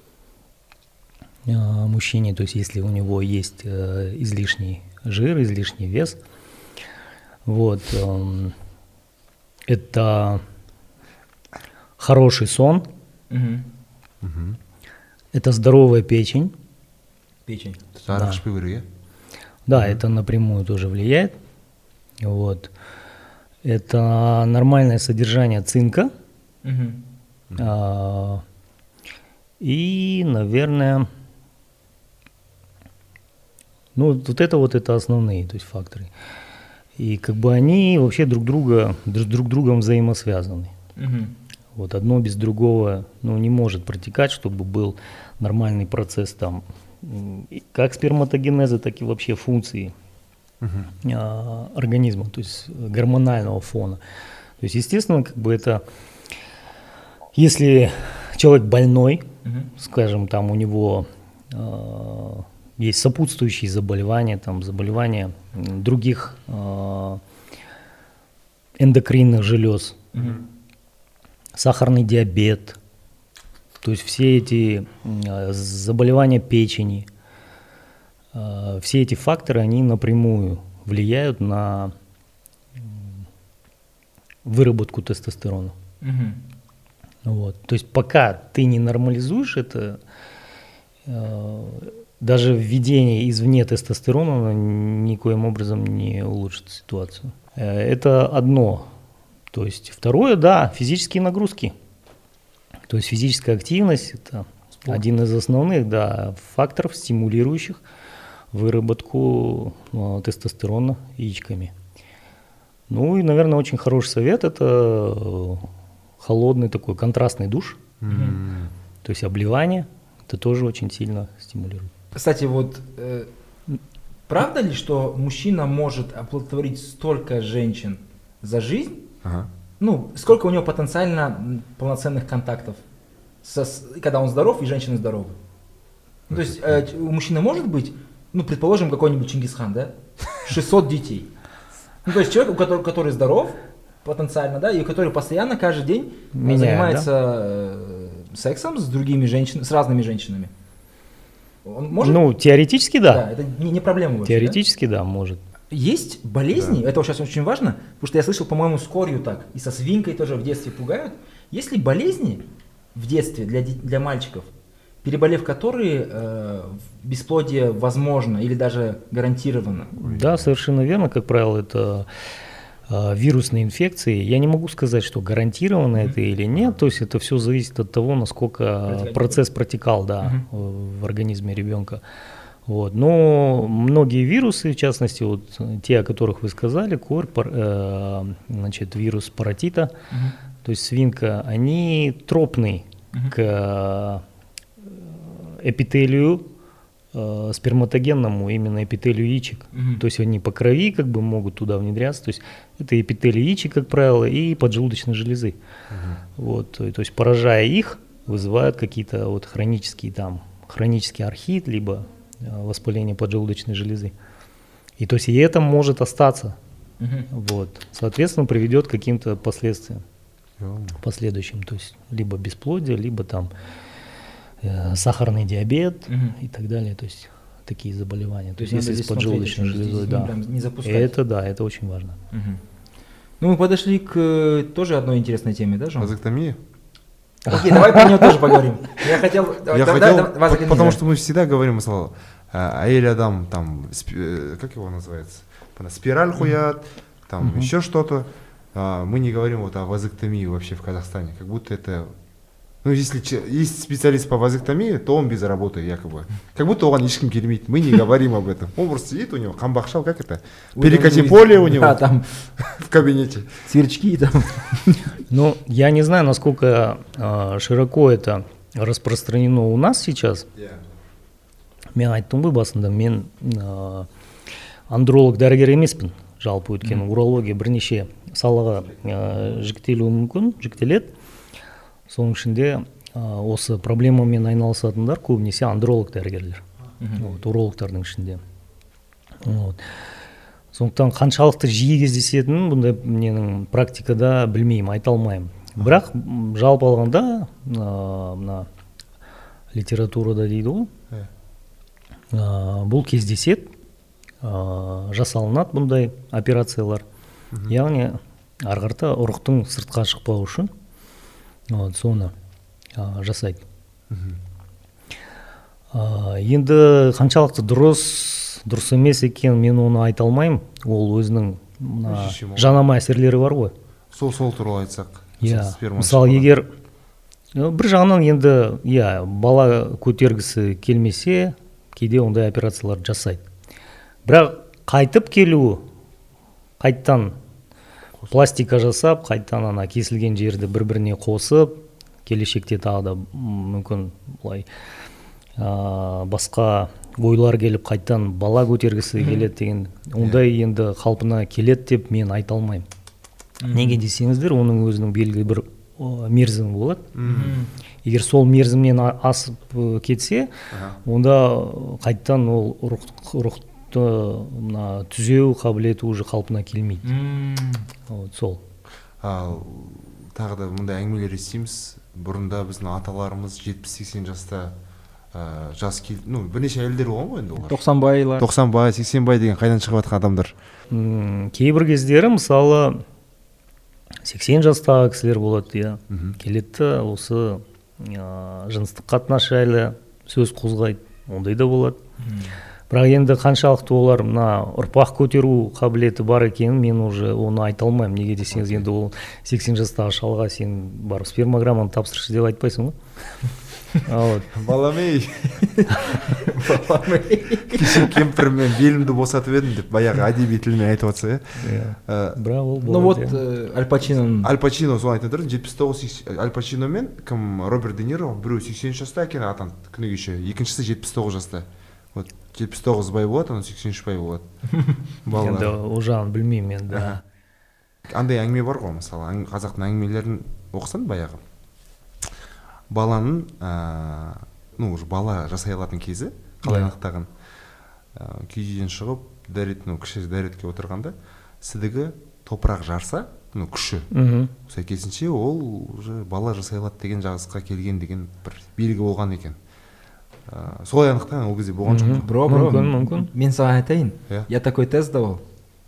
э, мужчине, то есть если у него есть э, излишний жир, излишний вес. Вот. Э, это хороший сон. Mm-hmm. Mm-hmm. Это здоровая печень. Печень. Да. Да, да, это напрямую тоже влияет. Вот. Это нормальное содержание цинка. Угу. А, и, наверное, ну вот это вот это основные, то есть факторы. И как бы они вообще друг друга друг другом взаимосвязаны. Угу. Вот одно без другого, ну, не может протекать, чтобы был нормальный процесс там, как сперматогенеза, так и вообще функции uh-huh. а, организма, то есть гормонального фона. То есть, естественно, как бы это, если человек больной, uh-huh. скажем, там у него а, есть сопутствующие заболевания, там заболевания других а, эндокринных желез, uh-huh. сахарный диабет, то есть все эти э, заболевания печени, э, все эти факторы, они напрямую влияют на э, выработку тестостерона. Угу. Вот. То есть пока ты не нормализуешь это, э, даже введение извне тестостерона никоим образом не улучшит ситуацию. Э, это одно. То есть второе, да, физические нагрузки. То есть физическая активность – это Спорт. Один из основных, да, факторов, стимулирующих выработку ну, тестостерона яичками. Ну и, наверное, очень хороший совет – это холодный такой контрастный душ. Mm-hmm. То есть обливание – это тоже очень сильно стимулирует. Кстати, вот э, правда ли, что мужчина может оплодотворить столько женщин за жизнь? Ага. Ну, сколько у него потенциально полноценных контактов, со, когда он здоров и женщины здоровы? Ну, то есть э, у мужчины может быть, ну, предположим, какой-нибудь Чингисхан, да, шестьсот детей. Ну, то есть человек, у которого, который здоров потенциально, да, и который постоянно каждый день Меняет, занимается да? э, сексом с другими женщинами, с разными женщинами. Он может? Ну, теоретически да. Да, это не, не проблема вообще, Теоретически да, да может. Есть болезни, да. это сейчас очень важно, потому что я слышал, по-моему, с корью так, и со свинкой тоже в детстве пугают. Есть ли болезни в детстве для, для мальчиков, переболев которые э, бесплодие возможно или даже гарантировано? Да, совершенно верно. Как правило, это вирусной инфекции. Я не могу сказать, что гарантированно mm-hmm. это или нет, то есть это все зависит от того, насколько Протекать процесс протекал, да, mm-hmm. в организме ребенка. Вот. Но многие вирусы, в частности, вот те, о которых вы сказали, кор, пар, э, значит, вирус паротита, mm-hmm. то есть свинка, они тропны mm-hmm. к эпителию, э, сперматогенному, именно эпителию яичек. Mm-hmm. То есть они по крови как бы могут туда внедряться. То есть это эпителий яичек, как правило, и поджелудочной железы. Mm-hmm. Вот, то, то есть поражая их, вызывают какие-то вот хронические там, хронический архит, либо э, воспаление поджелудочной железы. И то есть и это может остаться. Mm-hmm. Вот. Соответственно, приведет к каким-то последствиям mm-hmm. последующим. То есть либо бесплодие, либо там сахарный диабет угу. и так далее, то есть такие заболевания. То, то есть если с поджелудочной железой, да, не запускать. Это да, это очень важно. Угу. Ну мы подошли к тоже одной интересной теме, да, Жон? Вазэктомия. Окей, давай про нее тоже поговорим. Я хотел, я хотел, потому что мы всегда говорим, мысалы, әйел адам там, как его называется, спираль хуят, там еще что-то. Мы не говорим вот о вазэктомии вообще в Казахстане, как будто это. Ну, если есть специалист по вазэктомии, то он без работы, якобы. Как будто он ешким келмейт. Мы не говорим об этом. Он просто сидит, у него камбахшал, как это? Перекати поле у него да, там, в кабинете. Сверчки там. Ну, я не знаю, насколько э, широко это распространено у нас сейчас. Мен айттым ғой басында, мен э, андролог дәрігер емеспін. Жалпы өйткені урология бірнеше салаға э, жіктелуі мүмкін, жіктеледі. Соның ішінде осы проблемамен айналысатындар көбінесе андролог дәрігерлер, вот, урологтардың ішінде. Вот. Сондықтан қаншалықты жиі кездесетінін бұндай менің практикада білмеймін, айта алмаймын. Бірақ жалпы алғанда мына литературада дейді ғой, бұл кездеседі, жасалынады бұндай операциялар. Яғни ары қарата ұрықтың сыртқа шықпауы үшін вот, соны а, жасайды. А, енді қаншалықты дұрыс, дұрыс емес екен мен оны айта алмаймын. Ол өзінің мына жанама әсерлері бар ғой. Сол сол туралы айтсақ. Иә. Мысалы егер бір жағынан енді иә, бала көтергісі келмесе, кейде ондай операциялар жасайды. Бірақ қайтып келуі, қайттан пластика жасап, қайттан ана кесілген жерді бір-біріне қосып, келешекте тағы да мүмкін былай ә, басқа ойлар келіп қайттан бала көтергісі келеді деген, ондай енді қалпына келеді деп мен айта алмаймын. Неге десеңіздер, оның өзінің белгілі бір мерзімі болады. Егер сол мерзімнен асып кетсе, онда қайттан ол ұрық мына түзеу қабілеті уже қалпына келмейді. Вот, сол. Ал, тағы да мұндай әңгімелер естиміз. Бұрында біздің аталарымыз жетпіс-сексен жаста ә, жас кел, ну бірнеше әйелдер болған ғой енді олар. тоқсан байлар. тоқсан бай, сексен бай деген қайдан шығып жатқан адамдар. М, кейбір кездері мысалы сексен жастағы кісілер болады, иә. Келеді осы ә, жыныстық қатынас жайлы сөз қозғайды. Ондай да болады. Бірақ енді қаншалықты олар мына ұрпақ көтеру қабілеті бар екенін мен уже оны айта алмаймын. Неге десеңіз, енді ол сексен жастағы шалға сен барып спермограмманы тапсыршы деп айтпайсың ғой. Балам-ей, балам-ей, кеше кемпірмен белімді босатып едім деп баяғы әдеби тілмен айтып жатса, иә. Браво, ну вот Аль Пачино. Аль Пачино соны айтып тұрды, жетпіс тоғыз Аль Пачино мен кім Роберт Де Ниро, біреу сексен үш жаста екен атан күні кеше, екіншісі жетпіс тоғыз жаста. Вот жетпіс тоғыз бай болады, ана сексен үш бай болады. Енді ол жағын білмеймін енді. Андай әңгіме бар ғой, мысалы, қазақтың әңгімелерін оқысан баяғы. Баланың, ә, ну, уже бала жасай алатын кезі, қалай анықтаған, күйден шығып, дәрет, ну, кіші дәретке отырғанда, сідігі топырақ жарса, ну, күші. Сәйкесінше ол уже бала жасай алады деген жағысқа келген деген бір белгі болған екен. Солай анықтаған ол кезде болған жоқ. Бро, бро, мүмкін. Мен саған айтайын. Я такой тест давал.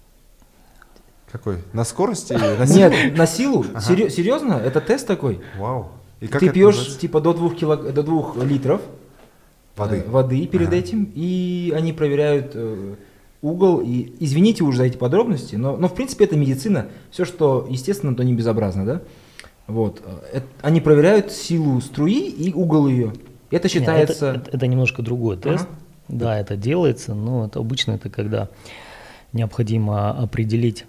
Какой? На скорости? Нет, на силу. Серьезно? Это тест такой. Вау. Ты пьешь типа до двух кило, до двух литров воды, воды перед этим, и они проверяют угол, и извините уже за эти подробности, но, но в принципе это медицина, все, что естественно, то не безобразно, да? Вот. Это, они проверяют силу струи и угол ее. Это считается... Нет, это, это, это немножко другой тест. Ага. Да, это делается, но это обычно это когда необходимо определить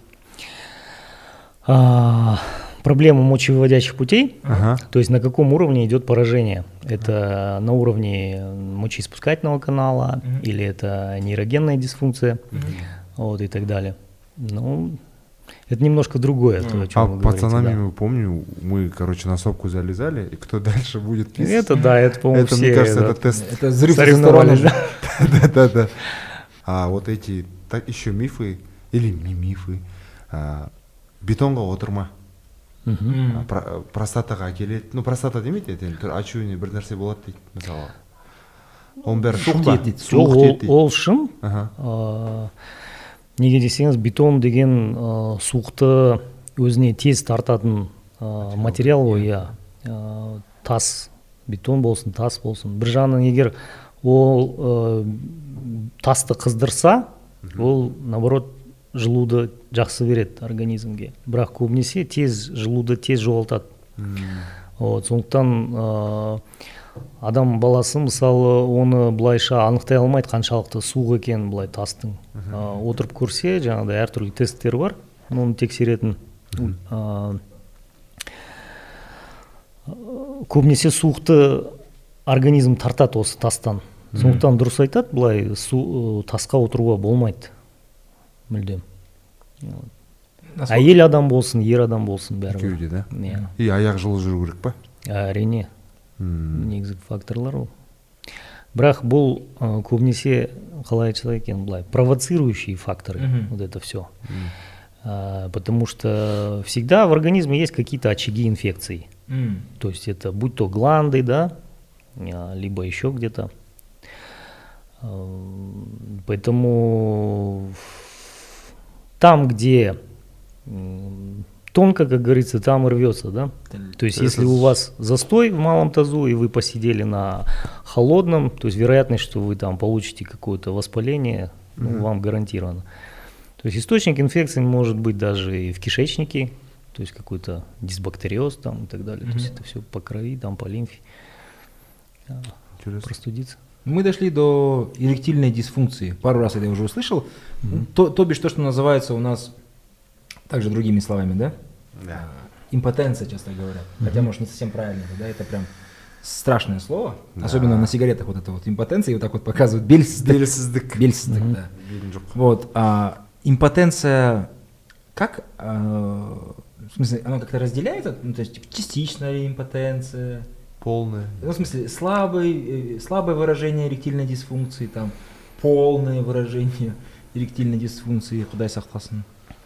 а, проблему мочевыводящих путей, Ага. то есть на каком уровне идет поражение. Это на уровне мочеиспускательного канала, Мгм. или это нейрогенная дисфункция, Мгм. вот, и так далее. Ну, это немножко другое, то, о чем А вы говорите, пацанами, да. мы помню, мы, короче, на сопку залезали, и кто дальше будет писать. Это да, это, по-моему, Это, все, мне кажется, да, это тест. Это взрыв соревновались, тестостерона. да. Да-да-да. А вот эти, так еще мифы, или не мифы, а, бетонға отырма. Мгм. М. А, про- простатаға келеді. Ну, простата демейді, енді түр очуіне бір нәрсе болады дейді, мысалы. Оның бәрі Суық шын ба? тиеді дейді. Жоқ, Суық ол, тиеді дейді. ол шын. Аха. Ә, неге десеңіз, бетон деген ә, суықты өзіне тез тартатын ә, материал ғой, иә. Ә, тас, бетон болсын, тас болсын. Бір жағынан егер ол ә, тасты қыздырса, ол наоборот жылуды жақсы береді организмге. Бірақ көбінесе тез жылуды тез жоғалтады. М. Вот, сондықтан ә, адам баласы мысалы оны былайша анықтай алмайды қаншалықты суық екенін былай тастың. Ә, отырып көрсе жаңағыдай әртүрлі тесттер бар, оны тексеретін. Ә, көбінесе суықты организм тартады осы тастан. Сондықтан дұрыс айтады, былай су, тасқа отыруға болмайды мүлдем. Насколько- Әйел адам болсын, ер адам болсын бәрібір. Екеуі де, да? Иә. И аяқ жылы жүру керек па? Әрине. М. Негізгі факторлар ол. Бірақ бұл ә, көбінесе қалай айтса екен былай провоцирующие факторы. Мгм. Вот это все. Потому что всегда в организме есть какие-то очаги инфекций. М. То есть это будь то гланды, да, а, либо еще где-то. А, Поэтому там, где м, тонко, как говорится, там и рвется, да. То есть Это если у вас застой в малом тазу, и вы посидели на холодном, то есть вероятность, что вы там получите какое-то воспаление, ну, Мгм. вам гарантировано. То есть источник инфекции может быть даже и в кишечнике, то есть какой-то дисбактериоз там и так далее. То есть Мгм. это все по крови, там по лимфе. А, Интересно. Простудиться. Мы дошли до эректильной дисфункции. Пару раз это я уже услышал. То, то бишь то, что называется у нас также другими словами, да? Да. Импотенция, часто говорят. Хотя, может, не совсем правильно, да? Это прям страшное слово. Да. Особенно на сигаретах вот это вот импотенция. И вот так вот показывают. Бельсіздік. Белсіздік. Бельсіздік, Мгм. да. Белін жоқ. Вот. А импотенция, как? а, в смысле, она как-то разделяется? Ну, то есть типа, частичная ли импотенция? Полное. Ну, в смысле, слабый, э, слабое выражение эректильной дисфункции, там, полное выражение эректильной дисфункции, Құдай сақтасын.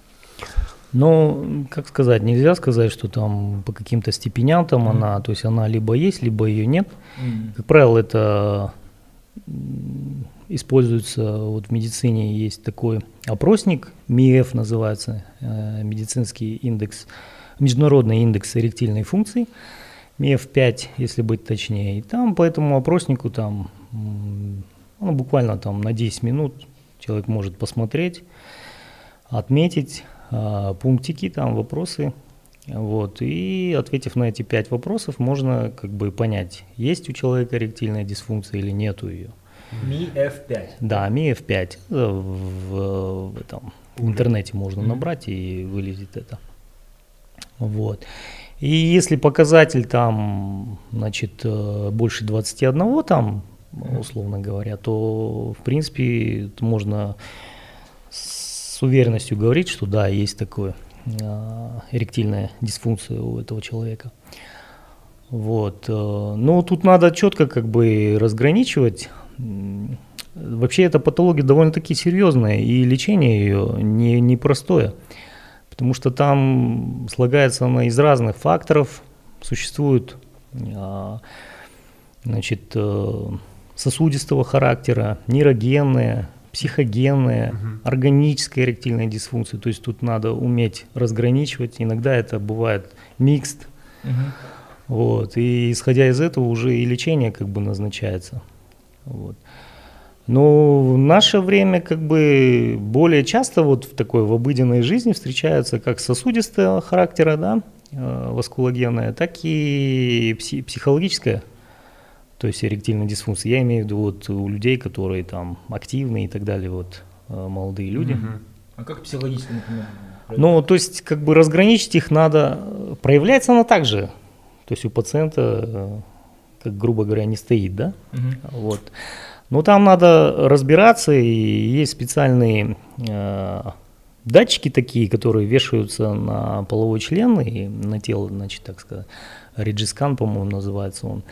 Ну, как сказать, нельзя сказать, что там по каким-то степеням там Мгм. она, то есть она либо есть, либо ее нет. М. Как правило, это м, используется, вот в медицине есть такой опросник, эм и эф называется, э, медицинский индекс, международный индекс эректильной функции, эм и эф пять, если быть точнее. И там по этому опроснику там, м, ну, буквально там на десять минут человек может посмотреть, отметить а, пунктики, там вопросы. Вот, и ответив на эти пять вопросов, можно как бы понять, есть у человека эректильная дисфункция или нету ее. эм и эф пять. Да, эм и эф пять. э, В, в этом, в интернете можно Мгм. набрать и вылезет это. Вот. И если показатель там, значит, э, больше двадцати одного там, Мгм. условно говоря, то в принципе это можно с уверенностью говорить, что да, есть такое э, эректильная дисфункция у этого человека. Вот. э, Но тут надо четко как бы разграничивать. М, Вообще эта патология довольно-таки серьезная, и лечение ее не, непростое, потому что там слагается она из разных факторов. Существует а, значит, э, сосудистого характера, нейрогенная, психогенная, Мгм. органическая эректильная дисфункция. То есть тут надо уметь разграничивать. Иногда это бывает микст. Мгм. Вот, и исходя из этого уже и лечение как бы назначается. Вот. Ну, в наше время как бы более часто вот в такой в обыденной жизни встречаются как сосудистого характера, да, васкулогенная, так и пси- психологическая, то есть эректильная дисфункция. Я имею в виду вот у людей, которые там активные и так далее, вот молодые люди. Мгм. А как психологически, например? Ну, то есть как бы разграничить их надо, проявляется она так же, то есть у пациента, как грубо говоря, не стоит, да, Мгм. вот. Но там надо разбираться, и есть специальные э, датчики такие, которые вешаются на половой член и на тело, значит, так сказать, Риджискан, по-моему, называется он.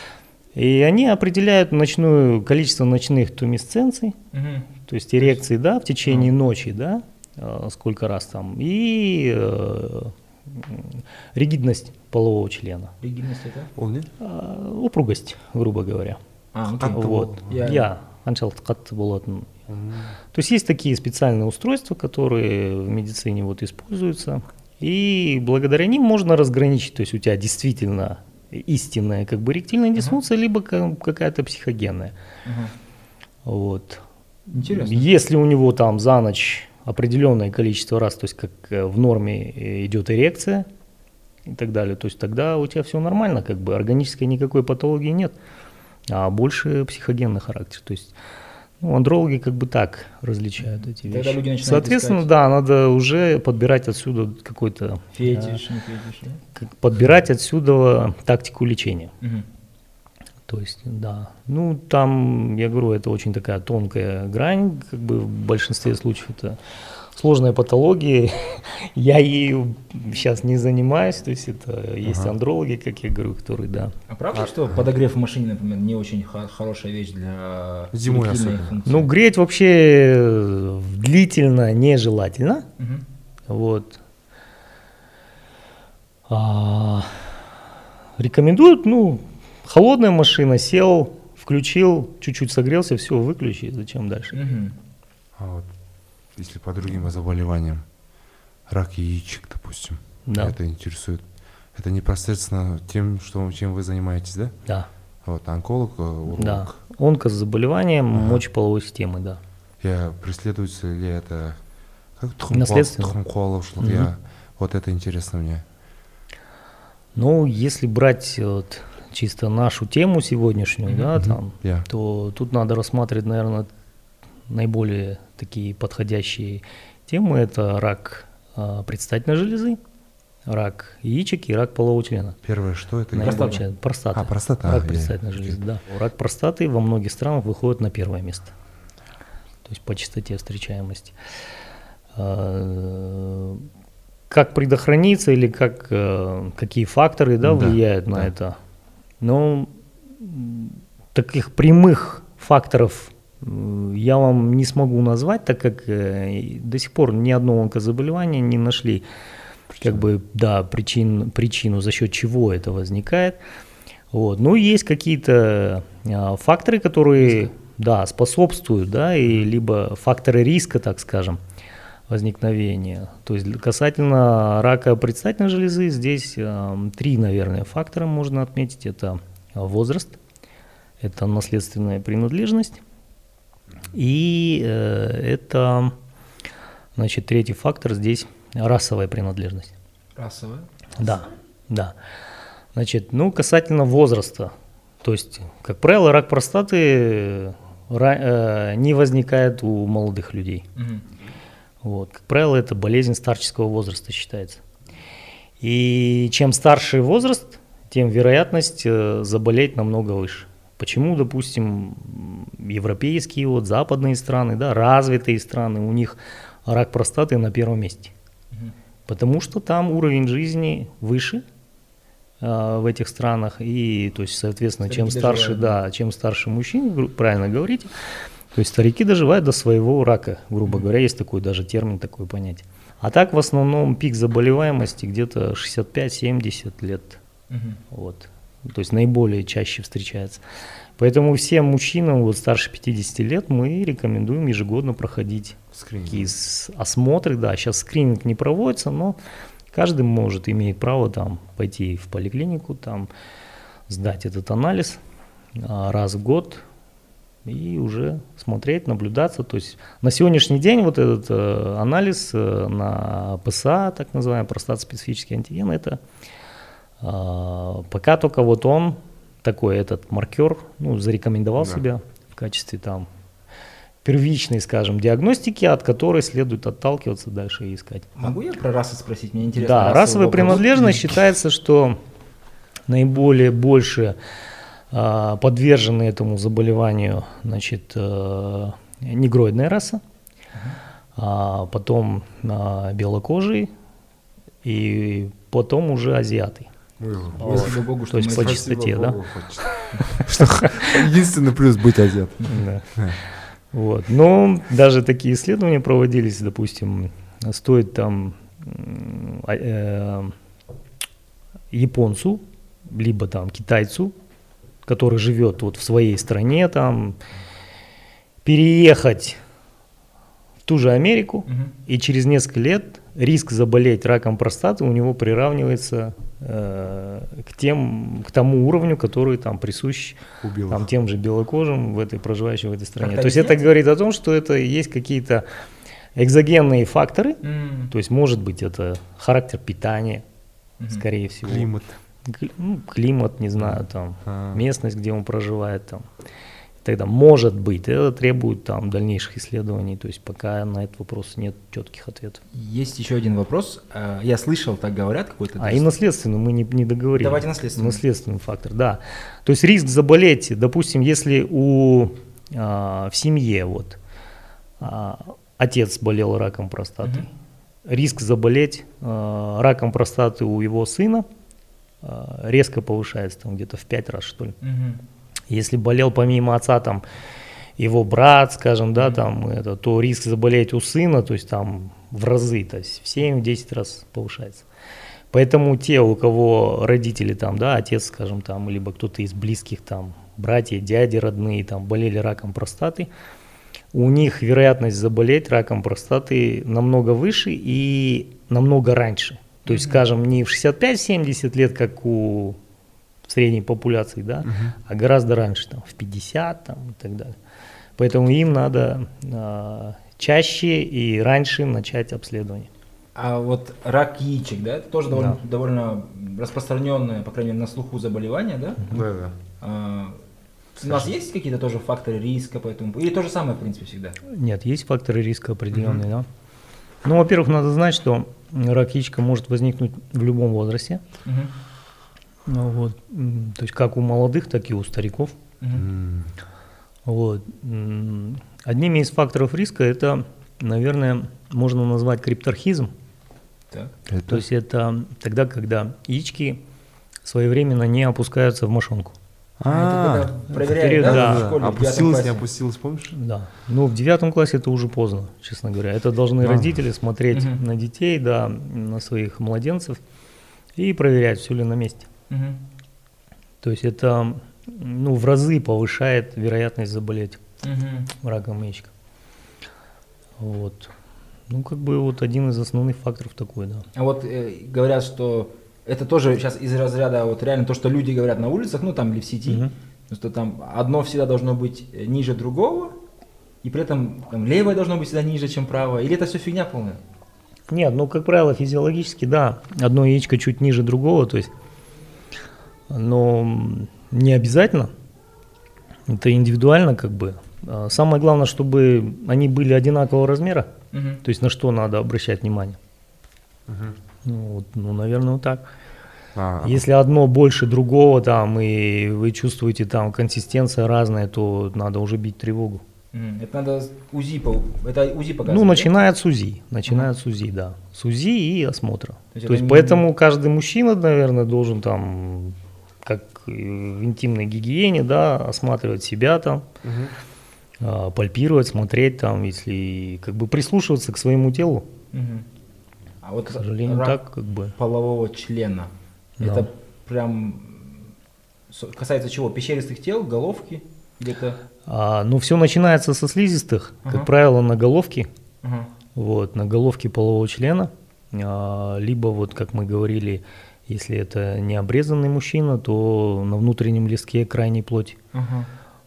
И они определяют ночную, количество ночных тумесценций, Мгм. то есть эрекции, да, в течение А. ночи, да, э, сколько раз там, и э, ригидность полового члена, Ригидность это? Ол не? э, упругость, грубо говоря. А, окей. Қатты Вот. Я- Я, қаншалықты қатты болатын. То есть есть такие специальные устройства, которые в медицине вот используются, и благодаря ним можно разграничить, то есть у тебя действительно истинная как бы эректильная дисфункция, либо ка- какая-то психогенная. Ага. Вот. Интересно. Если у него там за ночь определенное количество раз, то есть как э, в норме э, идет эрекция и так далее, то есть тогда у тебя все нормально, как бы органической никакой патологии нет, а больше психогенный характер. То есть ну, андрологи как бы так различают эти Тогда вещи. люди начинают Соответственно, искать. да, надо уже подбирать отсюда какой-то Фетиш, не фетиш, да? э, как- подбирать отсюда тактику лечения. Мгм. То есть, да. Ну, там, я говорю, это очень такая тонкая грань, как бы в большинстве случаев это сложная патология. Я ею сейчас не занимаюсь, то есть это есть Ага. андрологи, как я говорю, которые, да. А правда, что подогрев в машине, например, не очень хо- хорошая вещь для Зимой эректильной особенно. функции? Ну, греть вообще э, длительно нежелательно, Мгм. вот. А, рекомендуют, ну, холодная машина, сел, включил, чуть-чуть согрелся, все, выключи, зачем дальше? Мгм. А вот если по другим заболеваниям, рак яичек, допустим, Да. это интересует. Это непосредственно тем, что, чем вы занимаетесь, да? Да, Вот, онколог, э, уролог. да. Онкозаболеванием Ага. мочеполовой системы, да. Я преследуется ли это как тұқым Наследственно. қуал- тұқым қуалаушылық, Мгм. я вот это интересно мне. Ну, если брать вот чисто нашу тему сегодняшнюю, Мгм. да, Мгм. там, Я. то тут надо рассматривать, наверное, наиболее такие подходящие темы. Это рак а, предстательной железы, рак яичек и рак полового члена. Первое, что это? Наиболее Простата. часто- Простата. А, простата. Рак а, я- предстательной окей. железы, да. Рак простаты во многих странах выходит на первое место. То есть по частоте встречаемости. А, Как предохраниться или как, э, какие факторы, да, Да, влияют на да. это? Ну, м, таких прямых факторов э, я вам не смогу назвать, так как э, и до сих пор ни одно онкозаболевание не нашли как бы, да, причин, причину, за счет чего это возникает. Вот. Ну, есть какие-то а, факторы, которые да, способствуют, да, и либо факторы риска, так скажем, возникновения. То есть для- касательно рака предстательной железы здесь э, три, наверное, фактора можно отметить. Это возраст, это наследственная принадлежность и э, это, значит, третий фактор здесь расовая принадлежность. Расовая? Да, да. Значит, ну, касательно возраста, то есть, как правило, рак простаты ра- э, не возникает у молодых людей. Мгм. Вот. Как правило, это болезнь старческого возраста считается. И чем старше возраст, тем вероятность э, заболеть намного выше. Почему, допустим, м, европейские, вот, западные страны, да, развитые страны, у них рак простаты на первом месте? Мгм. Потому что там уровень жизни выше э, в этих странах, и, то есть, соответственно, чем Старики старше, доживают. да, чем старше мужчина, гру- правильно говорите, то есть старики доживают до своего рака, грубо говоря, есть такой даже термин, такое понятие. А так в основном пик заболеваемости где-то шестьдесят пять — семьдесят лет, Мгм. вот, то есть наиболее чаще встречается. Поэтому всем мужчинам вот старше пятидесяти лет мы рекомендуем ежегодно проходить Скрининг. такие с- осмотры, да, сейчас скрининг не проводится, но каждый может, имеет право там пойти в поликлинику, там сдать этот анализ а, раз в год, и уже смотреть, наблюдаться. То есть на сегодняшний день вот этот э, анализ э, на ПСА, так называемый простат-специфический антиген, это э, пока только вот он такой, этот маркер, ну, зарекомендовал да. себя в качестве там первичной, скажем, диагностики, от которой следует отталкиваться дальше и искать. Могу я про расы спросить? Мне интересно. Да, расовая принадлежность считается, что наиболее больше э, подвержены этому заболеванию, значит, э, негроидная раса, uh-huh. а потом э, белокожие и потом уже азиаты. Вот. Спасибо Богу, что то есть по чистоте, да? Единственный плюс быть азиатом. Вот. Но даже такие исследования проводились, допустим, стоит там э, японцу, либо там китайцу, который живет вот в своей стране, там, переехать в ту же Америку, угу. и через несколько лет риск заболеть раком простаты у него приравнивается э, к, тем, к тому уровню, который там присущ там, тем же белокожим, в этой, проживающим в этой стране. Как-то то есть это говорит о том, что это есть какие-то экзогенные факторы, mm. то есть может быть это характер питания, mm-hmm. скорее всего. Климат. Ну, климат, не знаю, там, а. местность, где он проживает, там. Тогда может быть, это требует там дальнейших исследований, то есть пока на этот вопрос нет четких ответов. Есть еще один вопрос, я слышал, так говорят, какой-то... А и наследственный, мы не, не договорили. Давайте наследственный. Наследственный фактор, да. То есть риск заболеть, допустим, если у, а, в семье вот, а, отец болел раком простаты, угу. риск заболеть а, раком простаты у его сына а, резко повышается, там где-то в пять раз, что ли. Угу. Если болел помимо отца там его брат, скажем, да, там это, то риск заболеть у сына, то есть там в разы, то есть в семь-десять раз повышается. Поэтому те, у кого родители там, да, отец, скажем, там, либо кто-то из близких там, братья, дяди родные там болели раком простаты, у них вероятность заболеть раком простаты намного выше и намного раньше. То есть, скажем, не в шестьдесят пять-семьдесят лет, как у средней популяции, да, uh-huh. а гораздо раньше, там, в пятьдесят там, и так далее. Поэтому им надо а, чаще и раньше начать обследование. А вот рак яичек, да, это тоже довольно, да. довольно распространенное, по крайней мере, на слуху заболевание, да? Да, uh-huh. да. А, у нас есть какие-то тоже факторы риска по этому? Или то же самое, в принципе, всегда? Нет, есть факторы риска определенные, uh-huh. да. Ну, во-первых, надо знать, что рак яичка может возникнуть в любом возрасте. Uh-huh. Ну, вот, то есть как у молодых, так и у стариков. Mm. Вот. Одним из факторов риска это, наверное, можно назвать крипторхизм. Так. Это? То есть это тогда, когда яички своевременно не опускаются в мошонку. А, это когда проверяют, да, да, в школе, опустилось, не опустилось, помнишь? Да. Ну, в девятом классе это уже поздно, честно говоря. Это должны а. родители смотреть угу. на детей, да, на своих младенцев и проверять, все ли на месте. Угу. То есть это, ну, в разы повышает вероятность заболеть угу. раком яичка. Вот. Ну, как бы вот один из основных факторов такой, да. А вот э, говорят, что это тоже сейчас из разряда вот реально то, что люди говорят на улицах, ну там или в сети, угу. что там одно всегда должно быть ниже другого, и при этом там, левое должно быть всегда ниже, чем правое, или это все фигня полная? Нет, ну, как правило, физиологически, да, одно яичко чуть ниже другого, то есть, но не обязательно, это индивидуально как бы. Самое главное, чтобы они были одинакового размера, угу. то есть на что надо обращать внимание. Угу. Ну, вот, ну, наверное, вот так. А, Если одно больше другого, там, и вы чувствуете, там, консистенция разная, то надо уже бить тревогу. Это надо УЗИ, это УЗИ показывать? Ну, начинает с УЗИ, начинает uh-huh. с УЗИ, да. С УЗИ и осмотра. То есть, то есть не... поэтому каждый мужчина, наверное, должен там, как в интимной гигиене, да, осматривать себя там, uh-huh. пальпировать, смотреть там, если как бы прислушиваться к своему телу. Uh-huh. А вот, к сожалению, рак так как бы. Полового члена, да. это прям касается чего? Пещеристых тел, головки где-то? А, ну, все начинается со слизистых, uh-huh. как правило, на головке, uh-huh. вот, на головке полового члена, а, либо вот, как мы говорили, если это не обрезанный мужчина, то на внутреннем листке крайней плоти. Uh-huh.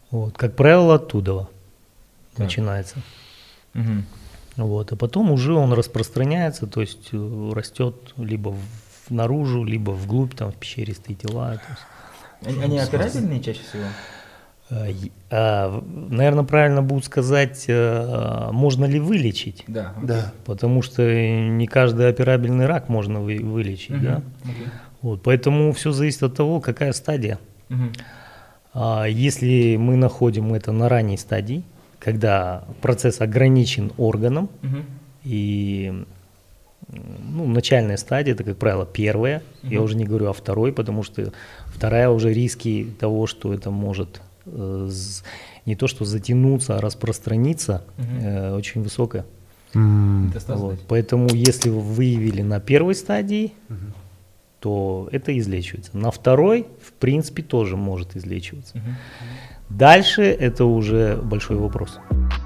Вот, как правило, оттуда Так. начинается. Мгм. Вот, а потом уже он распространяется, то есть э, растет либо в- наружу, либо вглубь, там, в пещеристые тела. то есть. Они, они операбельные чаще всего? Э, и- а, в- наверное, правильно будет сказать, э, можно ли вылечить, Да. окей. Да. потому что не каждый операбельный рак можно вы- вылечить, Мгм. да. Окей. Вот, поэтому все зависит от того, какая стадия. Мгм. А если мы находим это на ранней стадии, когда процесс ограничен органом, Мгм. и м, ну, начальная стадия, это, как правило, первая, я Мгм. уже не говорю о второй, потому что вторая уже риски того, что это может э, з- не то что затянуться, а распространиться, Мгм. э, очень высокая. М, Метастазы Вот. дать. Поэтому если вы выявили на первой стадии, мгм. то это излечивается. На второй, в принципе, тоже может излечиваться. Мгм. Дальше это уже большой вопрос.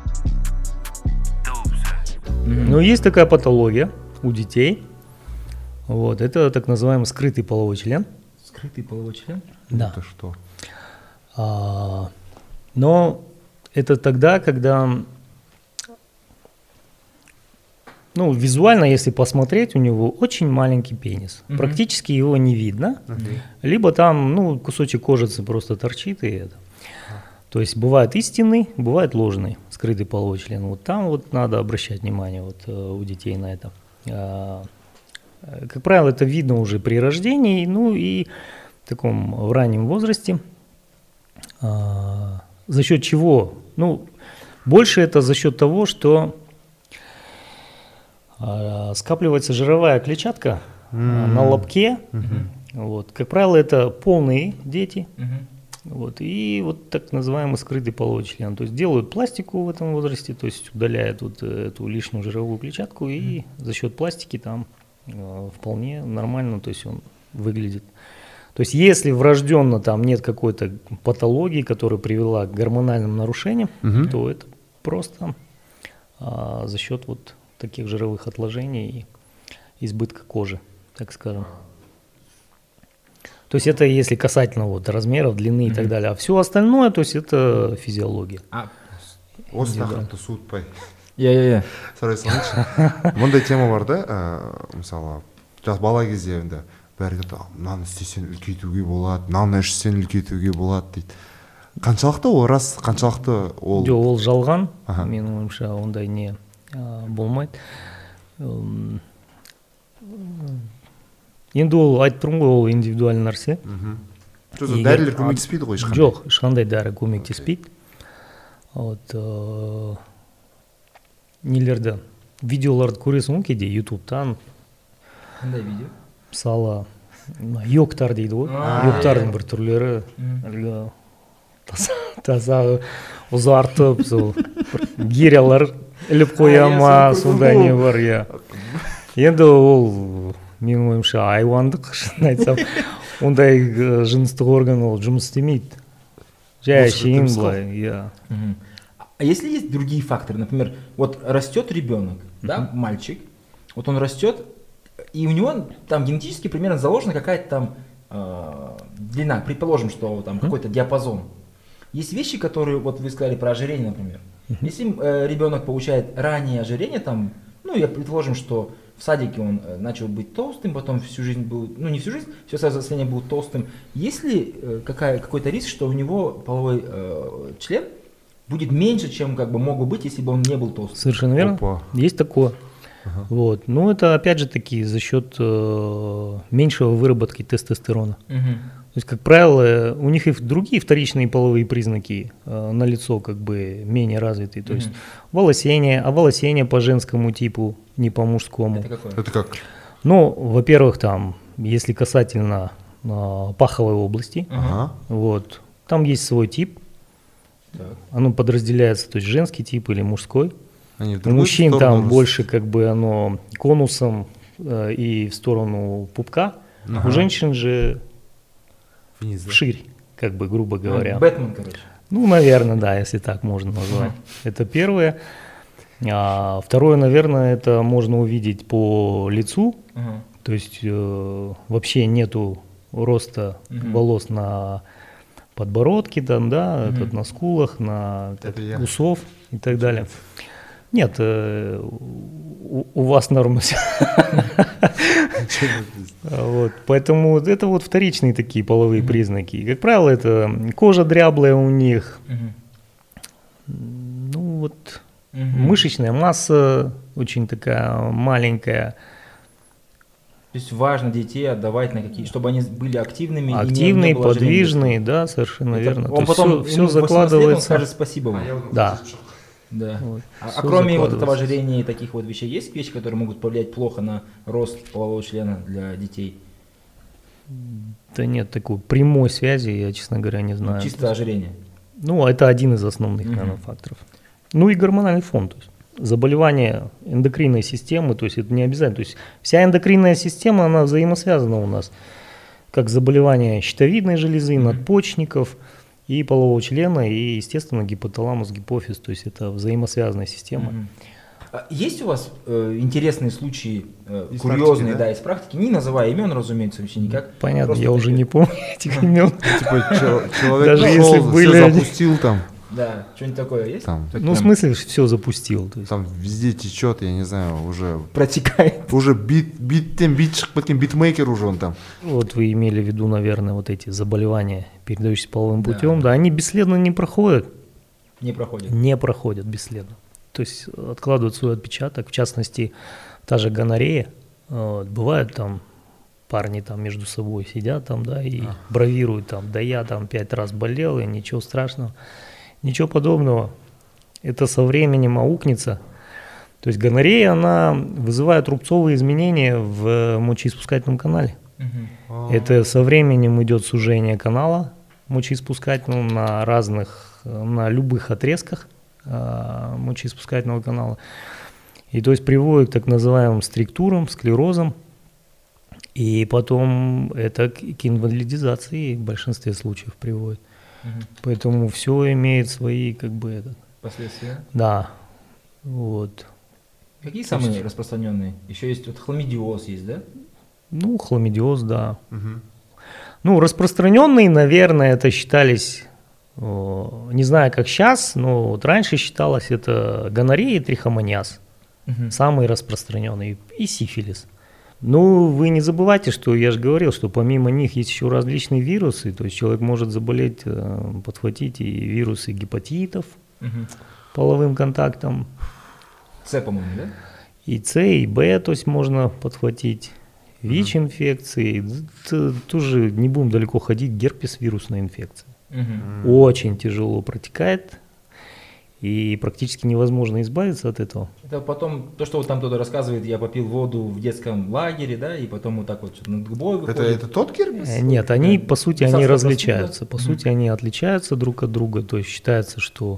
Мгм. Но есть такая патология у детей. Вот, это так называемый скрытый половой член. Скрытый половой член? Да. Это что? А, но это тогда, когда, ну, визуально, если посмотреть, у него очень маленький пенис. Мгм. Практически его не видно. Либо там, ну, кусочек кожицы просто торчит и это. То есть бывает истинный, бывает ложный скрытый половой член. Вот там вот надо обращать внимание вот, э, у детей на это. А, э, Как правило, это видно уже при рождении, ну и в таком в раннем возрасте. А, За счет чего? Ну, больше это за счет того, что а, скапливается жировая клетчатка а, на лобке. Вот. Как правило, это полные дети. Мгм. Вот, и вот так называемый скрытый половой член. То есть делают пластику в этом возрасте, то есть удаляют вот эту лишнюю жировую клетчатку, и за счет пластики там э, вполне нормально, то есть он выглядит. То есть если врожденно там нет какой-то патологии, которая привела к гормональным нарушениям, Мгм. то это просто а, за счет вот таких жировых отложений и избытка кожи, так скажем. То есть это если касательно вот размеров, длины и так далее. А все остальное, то есть это физиология. А, Осы тақырыпты суытпай иә, иә, иә. сұрай салайыншы. Мұндай тема бар да, ә, мысалы жас бала кезде енді бәрі айтады, «А, мынаны істесең үлкейтуге болады, мынаны ішсең үлкейтуге болады» дейді. Қаншалықты ол рас, қаншалықты ол Жоқ, ол жалған, Аха. менің ойымша ондай не а, болмайды. Ым, Енді ол айтып тұрмын ғой, ол индивидуальный нәрсе. Мгм. Жоқ, Егер- дәрілер көмектеспейді ғой ешқандай. Жоқ, ешқандай дәрі көмектеспейді. Вот, э, нелерді, видеоларды көресің ғой кейде ютубтан, Қандай видео? мысалы мына йогтар дейді ғой, А, йогтардың иә. бір түрлері, Мгм. әлгі таза- таза ұзартып сол бір гирялар іліп қоя А, иә, ма, соны көрдім сондай ғой. не бар, иә. Енді ол менің ойымша айуандық, шын айтсам, ондай э, жыныстық орган ол жұмыс істемейді. Жай Бұлшық әшейін етіміз былай, иә. Мгм. А если есть другие факторы, например, вот растет ребенок, да, мальчик, вот он растет, и у него там генетически примерно заложена какая-то там э, длина, предположим, что там какой-то диапазон. Есть вещи, которые, вот вы сказали про ожирение, например. Если э, ребенок получает раннее ожирение, там, ну, я предположим, что в садике он э, начал быть толстым, потом всю жизнь был, ну, не всю жизнь, все свое взросление был толстым. Есть ли э, какая, какой-то риск, что у него половой э, член будет меньше, чем как бы мог бы быть, если бы он не был толстым? Совершенно верно. Опа. Есть такое. Вот. Но это опять же таки за счет э, меньшего выработки тестостерона. Мгм. То есть, как правило, у них и другие вторичные половые признаки э, на лицо как бы менее развитые. То есть Мгм. волосение, а волосение по женскому типу, не по мужскому. Это какое? Это как? Ну, во-первых, там, если касательно э, паховой области, Ага. вот, там есть свой тип. Так. Оно подразделяется, то есть женский тип или мужской. Они в У другую мужчин сторону там рас- больше как бы оно конусом э, и в сторону пупка. Ага. У женщин же Вниз, да? вширь, как бы грубо говоря. Ну, Бэтмен, короче. Ну, наверное, да, если так можно назвать. Это первое. А второе, наверное, это можно увидеть по лицу. Ага. То есть э, вообще нету роста Мгм. волос на подбородке, там, да, Мгм. этот, на скулах, на Это этот, я. усов и так далее. Нет, э, у, у вас норма все. Вот, поэтому это вот вторичные такие половые Мгм. признаки. И, как правило, это кожа дряблая у них, Мгм. ну вот Мгм. мышечная масса очень такая маленькая, То есть важно детей отдавать на какие, чтобы они были активными. и не- активные, не было ожирения подвижные, детского. да, совершенно Это верно. Он То есть потом, все, ему в восемнадцать лет он закладывается. скажет спасибо вам. Да. Да. Вот, А, а всё кроме вот этого закладывается. ожирения и таких вот вещей, есть вещи, которые могут повлиять плохо на рост полового члена для детей? Да нет такой прямой связи, я, честно говоря, не Ну, знаю. чисто ожирение. Ну, это один из основных, Мгм. наверное, факторов. Ну и гормональный фон, то есть заболевания эндокринной системы, то есть это не обязательно. То есть вся эндокринная система, она взаимосвязана у нас, как заболевания щитовидной железы, Мгм. надпочечников и полового члена, и, естественно, гипоталамус, гипофиз, то есть это взаимосвязанная система. Мгм. А есть у вас э, интересные случаи, э, Из курьезные, практики, да? да? из практики, не называя имен, разумеется, вообще никак. Понятно, Просто я уже такие- не помню этих имен. Типа чел- человек Даже пришел, если были все они. запустил там, Да, что-нибудь такое есть? там, Так Ну, в прям смысле, все запустил. То есть. там везде течет, я не знаю, уже протекает. уже бит биттен бит шығып кеткен битмейкер уже он там. Вот вы имели в виду, наверное, вот эти заболевания, передающиеся половым Да. путем, да, они бесследно не проходят, Не проходит. не проходят бесследно. То есть откладывают свой отпечаток, в частности, та же гонорея. Вот, бывают там парни там между собой сидят там, да, и А. бравируют там, да я там пять раз болел, и ничего страшного. Ничего подобного. Это со временем аукнется. То есть гонорея, она вызывает рубцовые изменения в мочеиспускательном канале. Мгм. Это со временем идет сужение канала мочеиспускательного на разных, на любых отрезках а, мочеиспускательного канала. И то есть приводит к так называемым структурам, склерозам. И потом это к к инвалидизации в большинстве случаев приводит. Мгм. Поэтому все имеет свои, как бы, этот, Последствия. да, вот. Какие То самые есть- распространенные? Еще есть вот хламидиоз есть, да? Ну, хламидиоз, да. Мгм. Ну, распространенные, наверное, это считались, о, не знаю, как сейчас, но вот раньше считалось это гонорея и трихомониаз, Мгм. самые распространенные, и сифилис. Ну, вы не забывайте, что я же говорил, что помимо них есть еще различные вирусы, то есть человек может заболеть, э, подхватить и вирусы гепатитов Мгм. половым контактом, С, по-моему, да? и С, и Б, то есть можно подхватить, ВИЧ-инфекции, т- тоже не будем далеко ходить, герпес вирусная инфекция. Мгм. Очень тяжело протекает, и практически невозможно избавиться от этого. Это потом, то, что вот там кто-то рассказывает, я попил воду в детском лагере, да, и потом вот так вот что-то над губой выходит. Это, это тот герпес? Э, Нет, они, по сути, они Царская различаются. простуда. По Мгм. сути, они отличаются друг от друга. То есть считается, что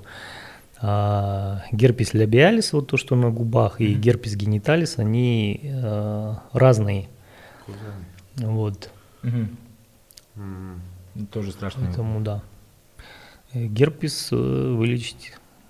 а, герпес лабиалис, вот то, что на губах, и Мгм. герпес гениталис, они а, разные. Вот, Мгм. М. Ну, тоже страшно. поэтому да. Э, Герпес э, вылечить,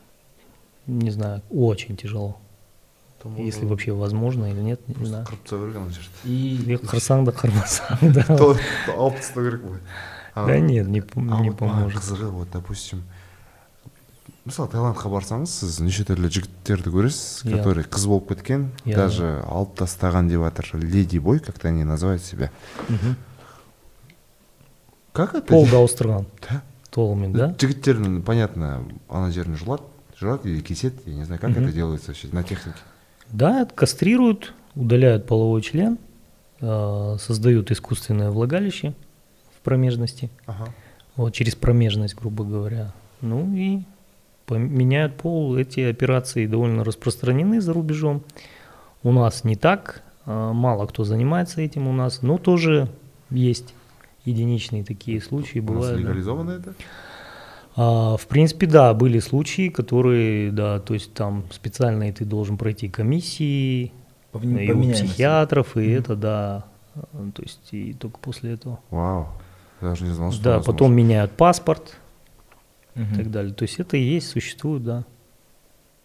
не знаю, очень тяжело. Если вообще возможно или нет, не знаю. Қырып тастау керек ана жерді. И Харсаң да қармасаң да. То- то алып тастау керек қой. А- Да нет, не, пом- а не вот маған поможет. қызығы вот допустим мысалы таиландқа барсаңыз сіз неше түрлі жігіттерді көресіз, Иә. которые қыз болып кеткен, Иә, даже алып тастаған деп жатыр, леди бой, как-то они называют себя. Мгм. Как это? Пол да ауыстырған Да? толымен, да? Жігіттердің, понятно, ана жерін жұлады, жұрады или кесет, я не знаю, как Мгм. это делается вообще на технике. Да, кастрируют, удаляют половой член, э, создают искусственное влагалище в промежности, Ага. вот через промежность, грубо говоря. Ну и пом- меняют пол. Эти операции довольно распространены за рубежом. У нас не так, э, мало кто занимается этим у нас, но тоже есть единичные такие случаи, У нас бывают. да. легализовано это? А, в принципе, да, были случаи, которые, да, то есть там специально ты должен пройти комиссии, по, и у поменяемости. психиатров, и Мгм. это, да, а, то есть и только после этого. Вау, я даже не знал, что Да, возможно. потом меняют паспорт Мгм. и так далее. То есть это и есть, существует, да.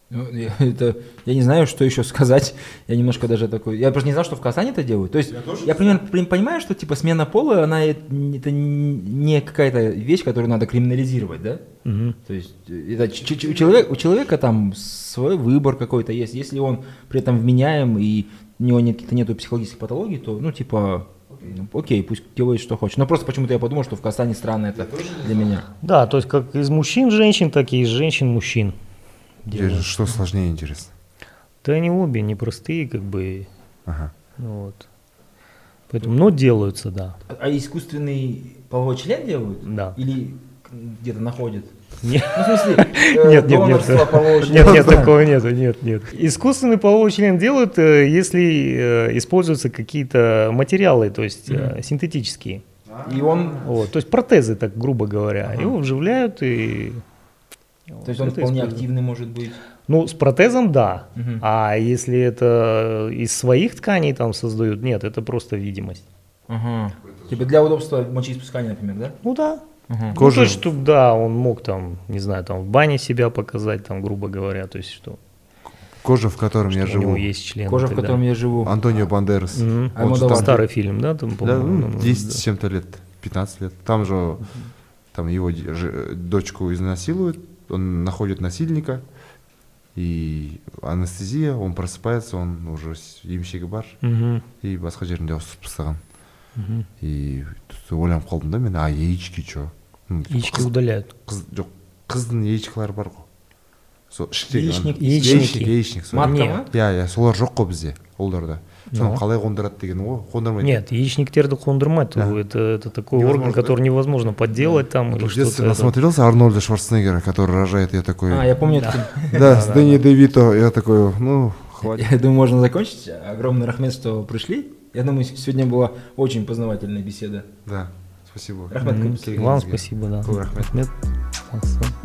Ну, я, это, я не знаю, что еще сказать. Я немножко даже такой... Я просто не знал, что в Казани это делают. То есть я, я примерно понимаю, что типа смена пола, она это не какая-то вещь, которую надо криминализировать, да? Угу. То есть это, у, человека, у человека там свой выбор какой-то есть. Если он при этом вменяем и у него нет, нету психологических патологий, то, ну, типа... Ну, окей, пусть делает, что хочет. Но просто почему-то я подумал, что в Казани странно это для меня. Да, то есть как из мужчин женщин, так и из женщин мужчин. Делают. Что сложнее, интересно? Да они обе непростые, как бы. Ага. Вот. Поэтому, но делаются, да. А, а искусственный половой член делают? Да. Или где-то находят? Нет. Ну, в смысле, э, нет, нет, нет, нет, нет, такого нету, нет, нет. Искусственный половой член делают, если используются какие-то материалы, то есть mm-hmm. синтетические. И он... Вот, то есть протезы, так грубо говоря. Uh-huh. Его вживляют и... То есть он вполне активный может быть? Ну, с протезом, да. Uh-huh. А если это из своих тканей там создают, нет, это просто видимость. Ага. Типа для удобства мочеиспускания, например, да? Ну да. Uh-huh. Ну, то есть, что, да, он мог там, не знаю, там в бане себя показать, там, грубо говоря, то есть что. Кожа, в котором я живу. У него есть член. Кожа, в котором я живу. Антонио Бандерас. Mm-hmm. А он там старый фильм, да? Там, да, ну, десять с чем-то лет, пятнадцать лет. Там же, uh-huh. там его ж, дочку изнасилуют, он находит насильника, и анестезия, он просыпается, он уже емшегі бар, mm-hmm. и басқа жерінде ауысып тастаған. Mm-hmm. И ойланып қалдым да мен, а яички что? Яички удаляют. Қыз, жоқ, қыздың яичкалары бар ғой. Сол іштегі яичник, яичник, яичник. Матка ма? Иә, иә, солар жоқ қой бізде, ұлдарда. Соны қалай қондырады деген ғой, қондырмайды. Нет, яичниктерді қондырмайды. Да. Это, это такой невозможно, орган, который невозможно подделать да. там. Или в детстве насмотрелся Арнольда Шварценеггера, который рожает, я такой... А, я помню. Да, да, с Дэнни Девито, я такой, ну, хватит. Я думаю, можно закончить. Огромный рахмет, что пришли. Я думаю, сегодня была очень познавательная беседа. Да, спасибо. Рахмет, mm-hmm. Вам спасибо, да. Рахмет. Рахмет.